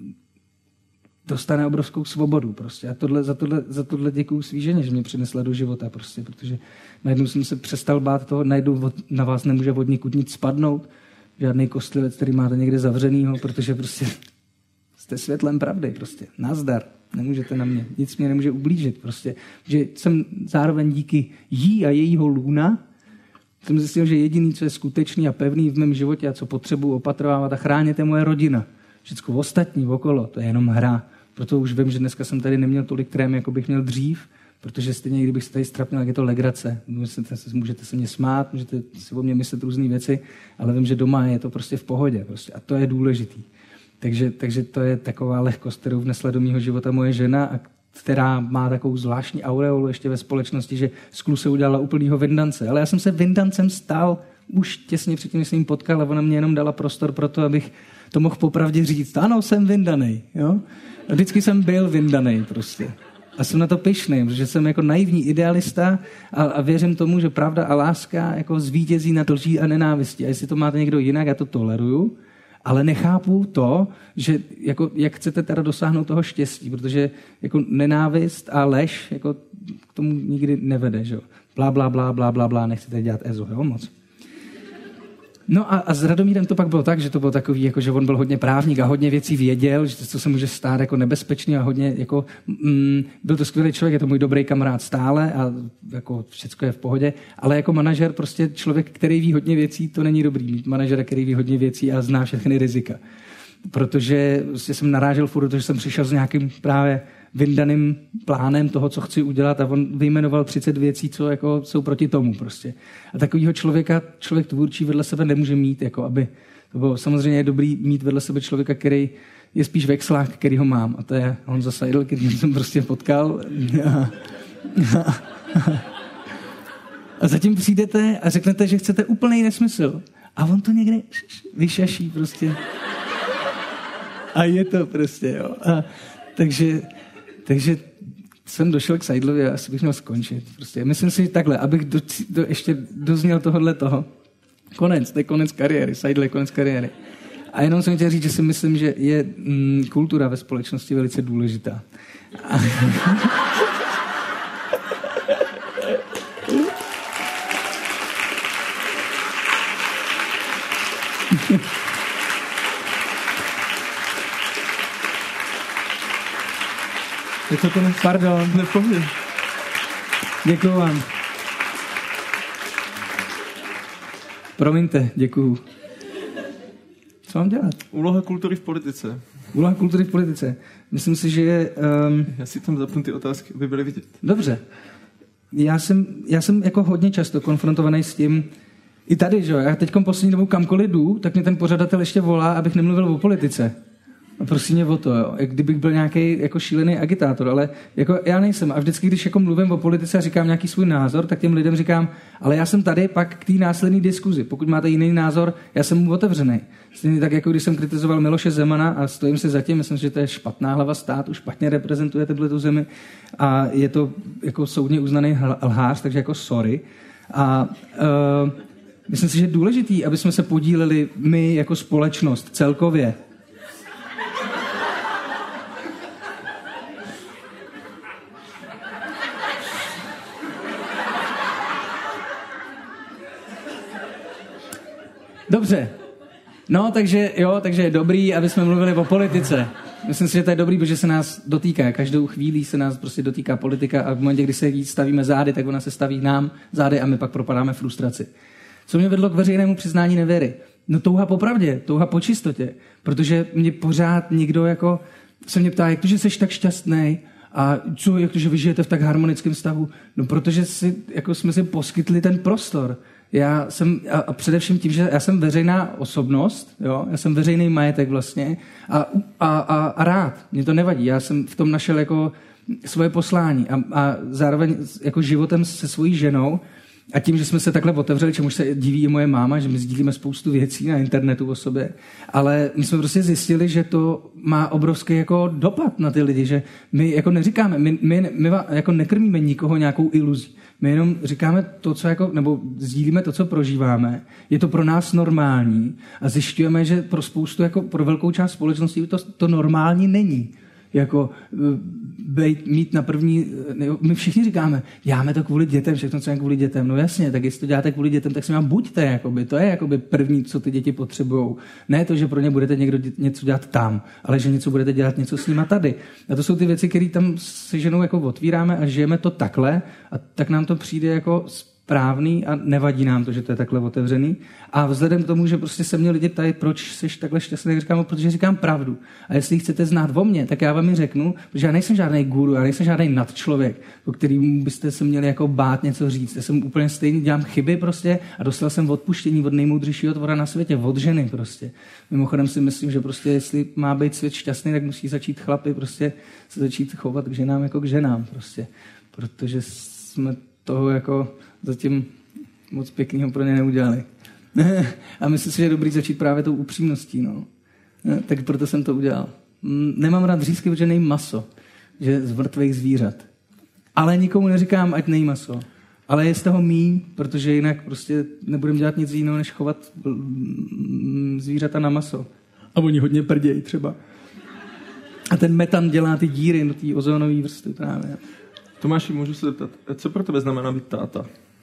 dostane obrovskou svobodu prostě. A za tohle děkuju svý ženě, že mě přinesla do života prostě, protože najednou jsem se přestal bát toho, najednou na vás nemůže od někud nic spadnout, žádný kostlivec, který máte někde zavřenýho, protože prostě jste světlem pravdy prostě. Nazdar. Nemůžete na mě. Nic mě nemůže ublížit prostě. Že jsem zároveň díky jí a jejího lůna jsem zjistil, že jediný, co je skutečný a pevný v mém životě a co potřebuji opatrovávat a chránit, je moje rodina. Všechno ostatní okolo, to je jenom hra. Proto už vím, že dneska jsem tady neměl tolik trém, jako bych měl dřív, protože stejně, kdybych se tady strapnil, tak je to legrace. Můžete se mě smát, můžete si o mě myslet různé věci, ale vím, že doma je to prostě v pohodě. Prostě. A to je důležitý. Takže to je taková lehkost, kterou vnesla do mého života moje žena, a která má takovou zvláštní aureolu ještě ve společnosti, že z kluse udělala úplnýho vindance. Ale já jsem se vindancem stal už těsně předtím, než jsem jí potkal, a ona mě jenom dala prostor pro to, abych to mohl popravdě říct. Ano, jsem vindanej. Jo? A vždycky jsem byl vindanej prostě. A jsem na to pyšný, protože jsem jako naivní idealista a věřím tomu, že pravda a láska jako zvítězí nad lží a nenávistí. A jestli to máte někdo jinak, já to toleruju, ale nechápu to, že jako, jak chcete teda dosáhnout toho štěstí, protože jako nenávist a lež jako k tomu nikdy nevede, že jo. Blá, blá, blá, blá, blá, blá, nechcete dělat ezo, jo, moc. No a s Radomírem to pak bylo tak, že to bylo takový, jako, že on byl hodně právník a hodně věcí věděl, že to se může stát jako nebezpečný a hodně, jako, byl to skvělý člověk, je to můj dobrý kamarád stále a jako všecko je v pohodě, ale jako manažer prostě člověk, který ví hodně věcí, to není dobrý mít manažera, který ví hodně věcí a zná všechny rizika. Protože prostě jsem narážel furt, protože jsem přišel s nějakým právě vyndaným plánem toho, co chci udělat, a on vyjmenoval 30 věcí, co jako jsou proti tomu prostě. A takovýho člověka, člověk tvůrčí vedle sebe nemůže mít, jako aby to bylo, samozřejmě je dobrý mít vedle sebe člověka, který je spíš vexlák, který ho mám, a to je Honza Seidl, který jsem prostě potkal. A zatím přijdete a řeknete, že chcete úplný nesmysl. A on to někde vyšaší prostě. A je to prostě, jo. A takže jsem došel k Seidlovi a asi bych měl skončit. Prostě. Myslím si, že takhle, abych ještě dozněl tohohle toho. Konec, to je konec kariéry. Seidl je konec kariéry. A jenom jsem chtěl říct, že si myslím, že je kultura ve společnosti velice důležitá. Je to konec? Pardon. Nepověď. Děkuju vám. Promiňte, děkuju. Co mám dělat? Úloha kultury v politice. Úloha kultury v politice. Myslím si, že je... Já si tam zapnu ty otázky, aby byly vidět. Dobře. Já jsem jako hodně často konfrontovaný s tím, i tady, že jo, já teďkom poslední dobou kamkoliv jdu, tak mě ten pořadatel ještě volá, abych nemluvil o politice. A prosím mě o to, jo. Jak kdybych byl nějaký jako šílený agitátor, ale jako já nejsem. A vždycky, když jako mluvím o politice a říkám nějaký svůj názor, tak těm lidem říkám, ale já jsem tady pak k té následné diskuzi. Pokud máte jiný názor, já jsem mu otevřený. Stejně tak, jako když jsem kritizoval Miloše Zemana a stojím si za tím, myslím, že to je špatná hlava státu, špatně reprezentuje tu zemi a je to jako soudně uznaný lhář, takže jako sorry. A myslím si, že je důležitý, aby jsme se podíleli my jako společnost celkově. Dobře. No, takže je dobrý, aby jsme mluvili o politice. Myslím si, že to je dobrý, protože se nás dotýká. Každou chvíli se nás prostě dotýká politika a v momentě, kdy se jí stavíme zády, tak ona se staví nám zády a my pak propadáme frustraci. Co mě vedlo k veřejnému přiznání nevěry? No touha po pravdě, touha po čistotě. Protože mě pořád někdo jako se mě ptá, jak to, že jsi tak šťastný a co, jak to, že vy žijete v tak harmonickém vztahu? No protože jsme si poskytli ten prostor. Já jsem, a především tím, že já jsem veřejná osobnost, jo? Já jsem veřejný majetek vlastně a rád, mě to nevadí. Já jsem v tom našel jako svoje poslání a zároveň jako životem se svojí ženou a tím, že jsme se takhle otevřeli, čemuž se diví i moje máma, že my sdílíme spoustu věcí na internetu o sobě, ale my jsme prostě zjistili, že to má obrovský jako dopad na ty lidi, že my jako neříkáme, my jako nekrmíme nikoho nějakou iluzí. My jenom říkáme to, co jako, nebo sdílíme to, co prožíváme. Je to pro nás normální a zjišťujeme, že pro spoustu, jako pro velkou část společnosti to normální není. Jako mít na první, my všichni říkáme, děláme to kvůli dětem, všechno, co je kvůli dětem. No jasně, tak jestli to děláte kvůli dětem, tak si vám buďte, jakoby. To je jakoby první, co ty děti potřebujou. Ne to, že pro ně budete někdo něco dělat tam, ale že něco budete dělat něco s nima tady. A to jsou ty věci, které tam se ženou jako otvíráme a žijeme to takhle a tak nám to přijde jako správný a nevadí nám to, že to je takhle otevřený. A vzhledem k tomu, že prostě se mě lidi ptají, proč jsi takhle šťastný, tak říkám, protože říkám pravdu. A jestli ji chcete znát o mně, tak já vám ji řeknu, protože já nejsem žádný guru, já nejsem žádný nadčlověk, o kterým byste se měli jako bát něco říct. Já jsem úplně stejný, dělám chyby prostě a dostal jsem odpuštění od nejmoudřejšího tvora na světě, od ženy prostě. Mimochodem si myslím, že prostě jestli má být svět šťastný, tak musí začít chlapi prostě se začít chovat k ženám jako k ženám prostě. Protože jsme toho jako zatím moc pěknýho pro ně neudělali. A myslím si, že je dobrý začít právě tou upřímností. No. Tak proto jsem to udělal. Nemám rád řízky, protože nejím maso. Že z mrtvých zvířat. Ale nikomu neříkám, ať nejí maso. Ale je z toho míň, protože jinak prostě nebudeme dělat nic jiného, než chovat zvířata na maso. A oni hodně prdějí třeba. A ten metan dělá ty díry do té ozónové vrstvy právě. Tomáši, můžu se zeptat, co pro tebe znamená být táta?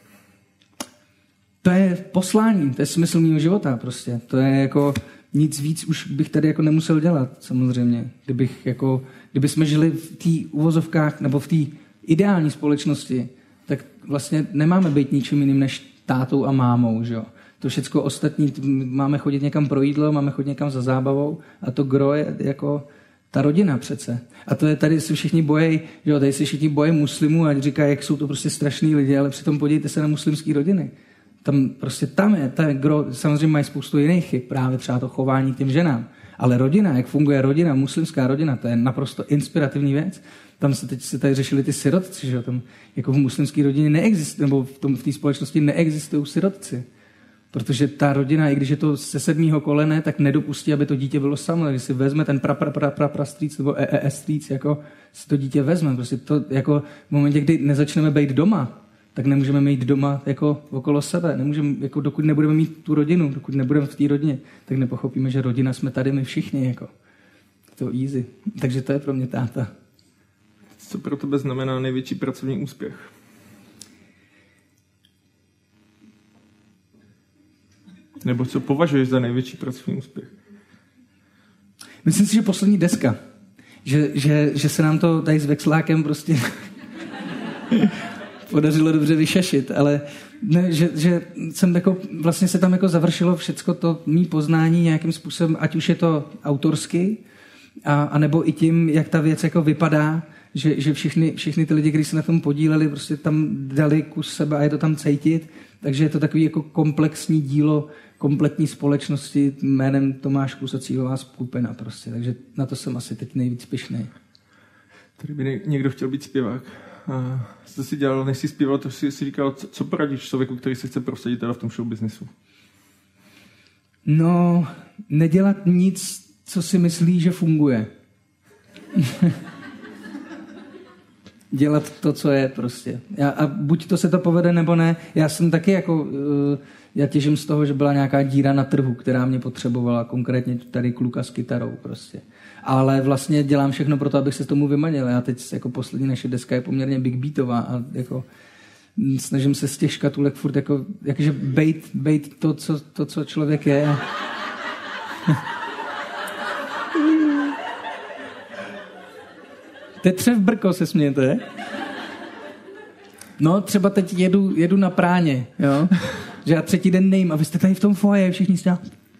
To je poslání, to je smysl mého života prostě. To je jako nic víc už bych tady jako nemusel dělat samozřejmě. Kdyby jsme žili v té uvozovkách nebo v té ideální společnosti, tak vlastně nemáme být ničím jiným než tátou a mámou, že jo. To všecko ostatní, máme chodit někam pro jídlo, máme chodit někam za zábavou a to gro je jako ta rodina přece. A to je tady si všichni bojí, že jo, tady si všichni bojí muslimů a říkají, jak jsou to prostě strašní lidi, ale přitom podívejte se na muslimské rodiny. Tam je gro, samozřejmě mají spoustu jiných chyb, právě třeba to chování k těm ženám. Ale rodina, jak funguje rodina, muslimská rodina, to je naprosto inspirativní věc. Tam se tady řešili ty sirotci, že jo, tam jako v muslimské rodině neexistuje, nebo v té společnosti neexistují sirotci. Protože ta rodina, i když je to ze 7. kolene, tak nedopustí, aby to dítě bylo samo. Když si vezme ten prastrýc nebo strýc, jako si to dítě vezme. Prostě to jako v momentě, kdy nezačneme být doma, tak nemůžeme mít doma jako okolo sebe. Nemůžeme, jako dokud nebudeme mít tu rodinu, dokud nebudeme v té rodině, tak nepochopíme, že rodina jsme tady my všichni. Jako. To easy. Takže to je pro mě táta. Co pro tebe znamená největší pracovní úspěch? Nebo co považuješ za největší pracovní úspěch? Myslím si, že poslední deska. Že se nám to tady s Vexlákem prostě podařilo dobře vyšašit, ale ne, že jsem jako, vlastně se tam jako završilo všecko to mý poznání nějakým způsobem, ať už je to autorsky, a nebo i tím, jak ta věc jako vypadá, že všichni ty lidi, kteří se na tom podíleli, prostě tam dali kus sebe a je to tam cítit, takže je to takový jako komplexní dílo kompletní společnosti jménem Tomáš Klus a cílová skupina prostě, takže na to jsem asi teď nejvíc pyšnej. Tady by někdo chtěl být zpěvák. Co jsi dělal, než jsi zpíval, to jsi říkal, co poradíš člověku, který se chce prosadit teda v tom showbiznesu? No, nedělat nic, co si myslí, že funguje. Dělat to, co je prostě. A buď to se to povede, nebo ne. Já jsem taky jako... Já těžím z toho, že byla nějaká díra na trhu, která mě potřebovala, konkrétně tady kluka s kytarou prostě. Ale vlastně dělám všechno pro to, abych se tomu vymanil. Já teď jako poslední naše deska je poměrně big beatová a jako snažím se z těch škatulek furt jakože bejt to, co člověk je. Tetře v brko se smějete. No, třeba teď jedu na práně, jo? Že já 3. den nejím a vy jste tady v tom foaje, všichni jste. A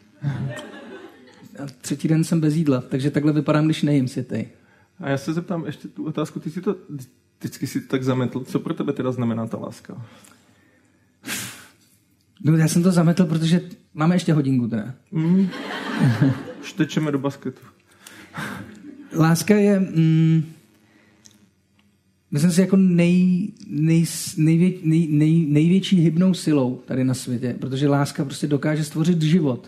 3. den jsem bez jídla, takže takhle vypadám, když nejím světej. A já se zeptám ještě tu otázku, ty si to vždycky si tak zametl. Co pro tebe teda znamená ta láska? No, já jsem to zametl, protože máme ještě hodinku teda. Už tečeme do basketu. Láska je, myslím si, jako největší hybnou silou tady na světě, protože láska prostě dokáže stvořit život.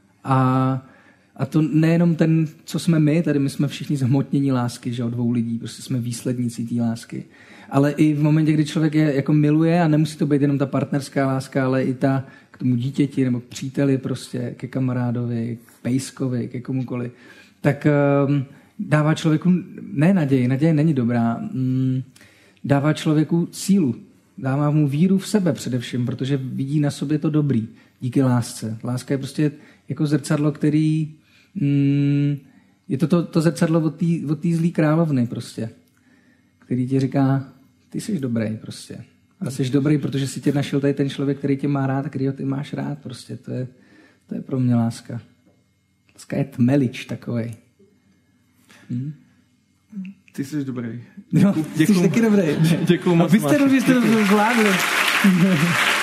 A to nejenom ten, co jsme my jsme všichni zhmotnění lásky, že od 2 lidí, prostě jsme výsledníci té lásky. Ale i v momentě, kdy člověk je jako miluje, a nemusí to být jenom ta partnerská láska, ale i ta k tomu dítěti nebo k příteli prostě, ke kamarádovi, k pejskovi, ke komukoli, tak dává člověku ne naději, naděje není dobrá, dává člověku sílu, dává mu víru v sebe především, protože vidí na sobě to dobrý díky lásce. Láska je prostě jako zrcadlo, který je to zrcadlo od té zlý královny prostě, který ti říká, ty jsi dobrý prostě. A jsi dobrý, protože si tě našel tady ten člověk, který tě má rád a kterýho ty máš rád prostě. To je pro mě láska. Láska je tmelič takovej. Ty jsi dobrý. Děkuju. Jsi taky dobrý. Děkuju moc. Vy jste to zvládli.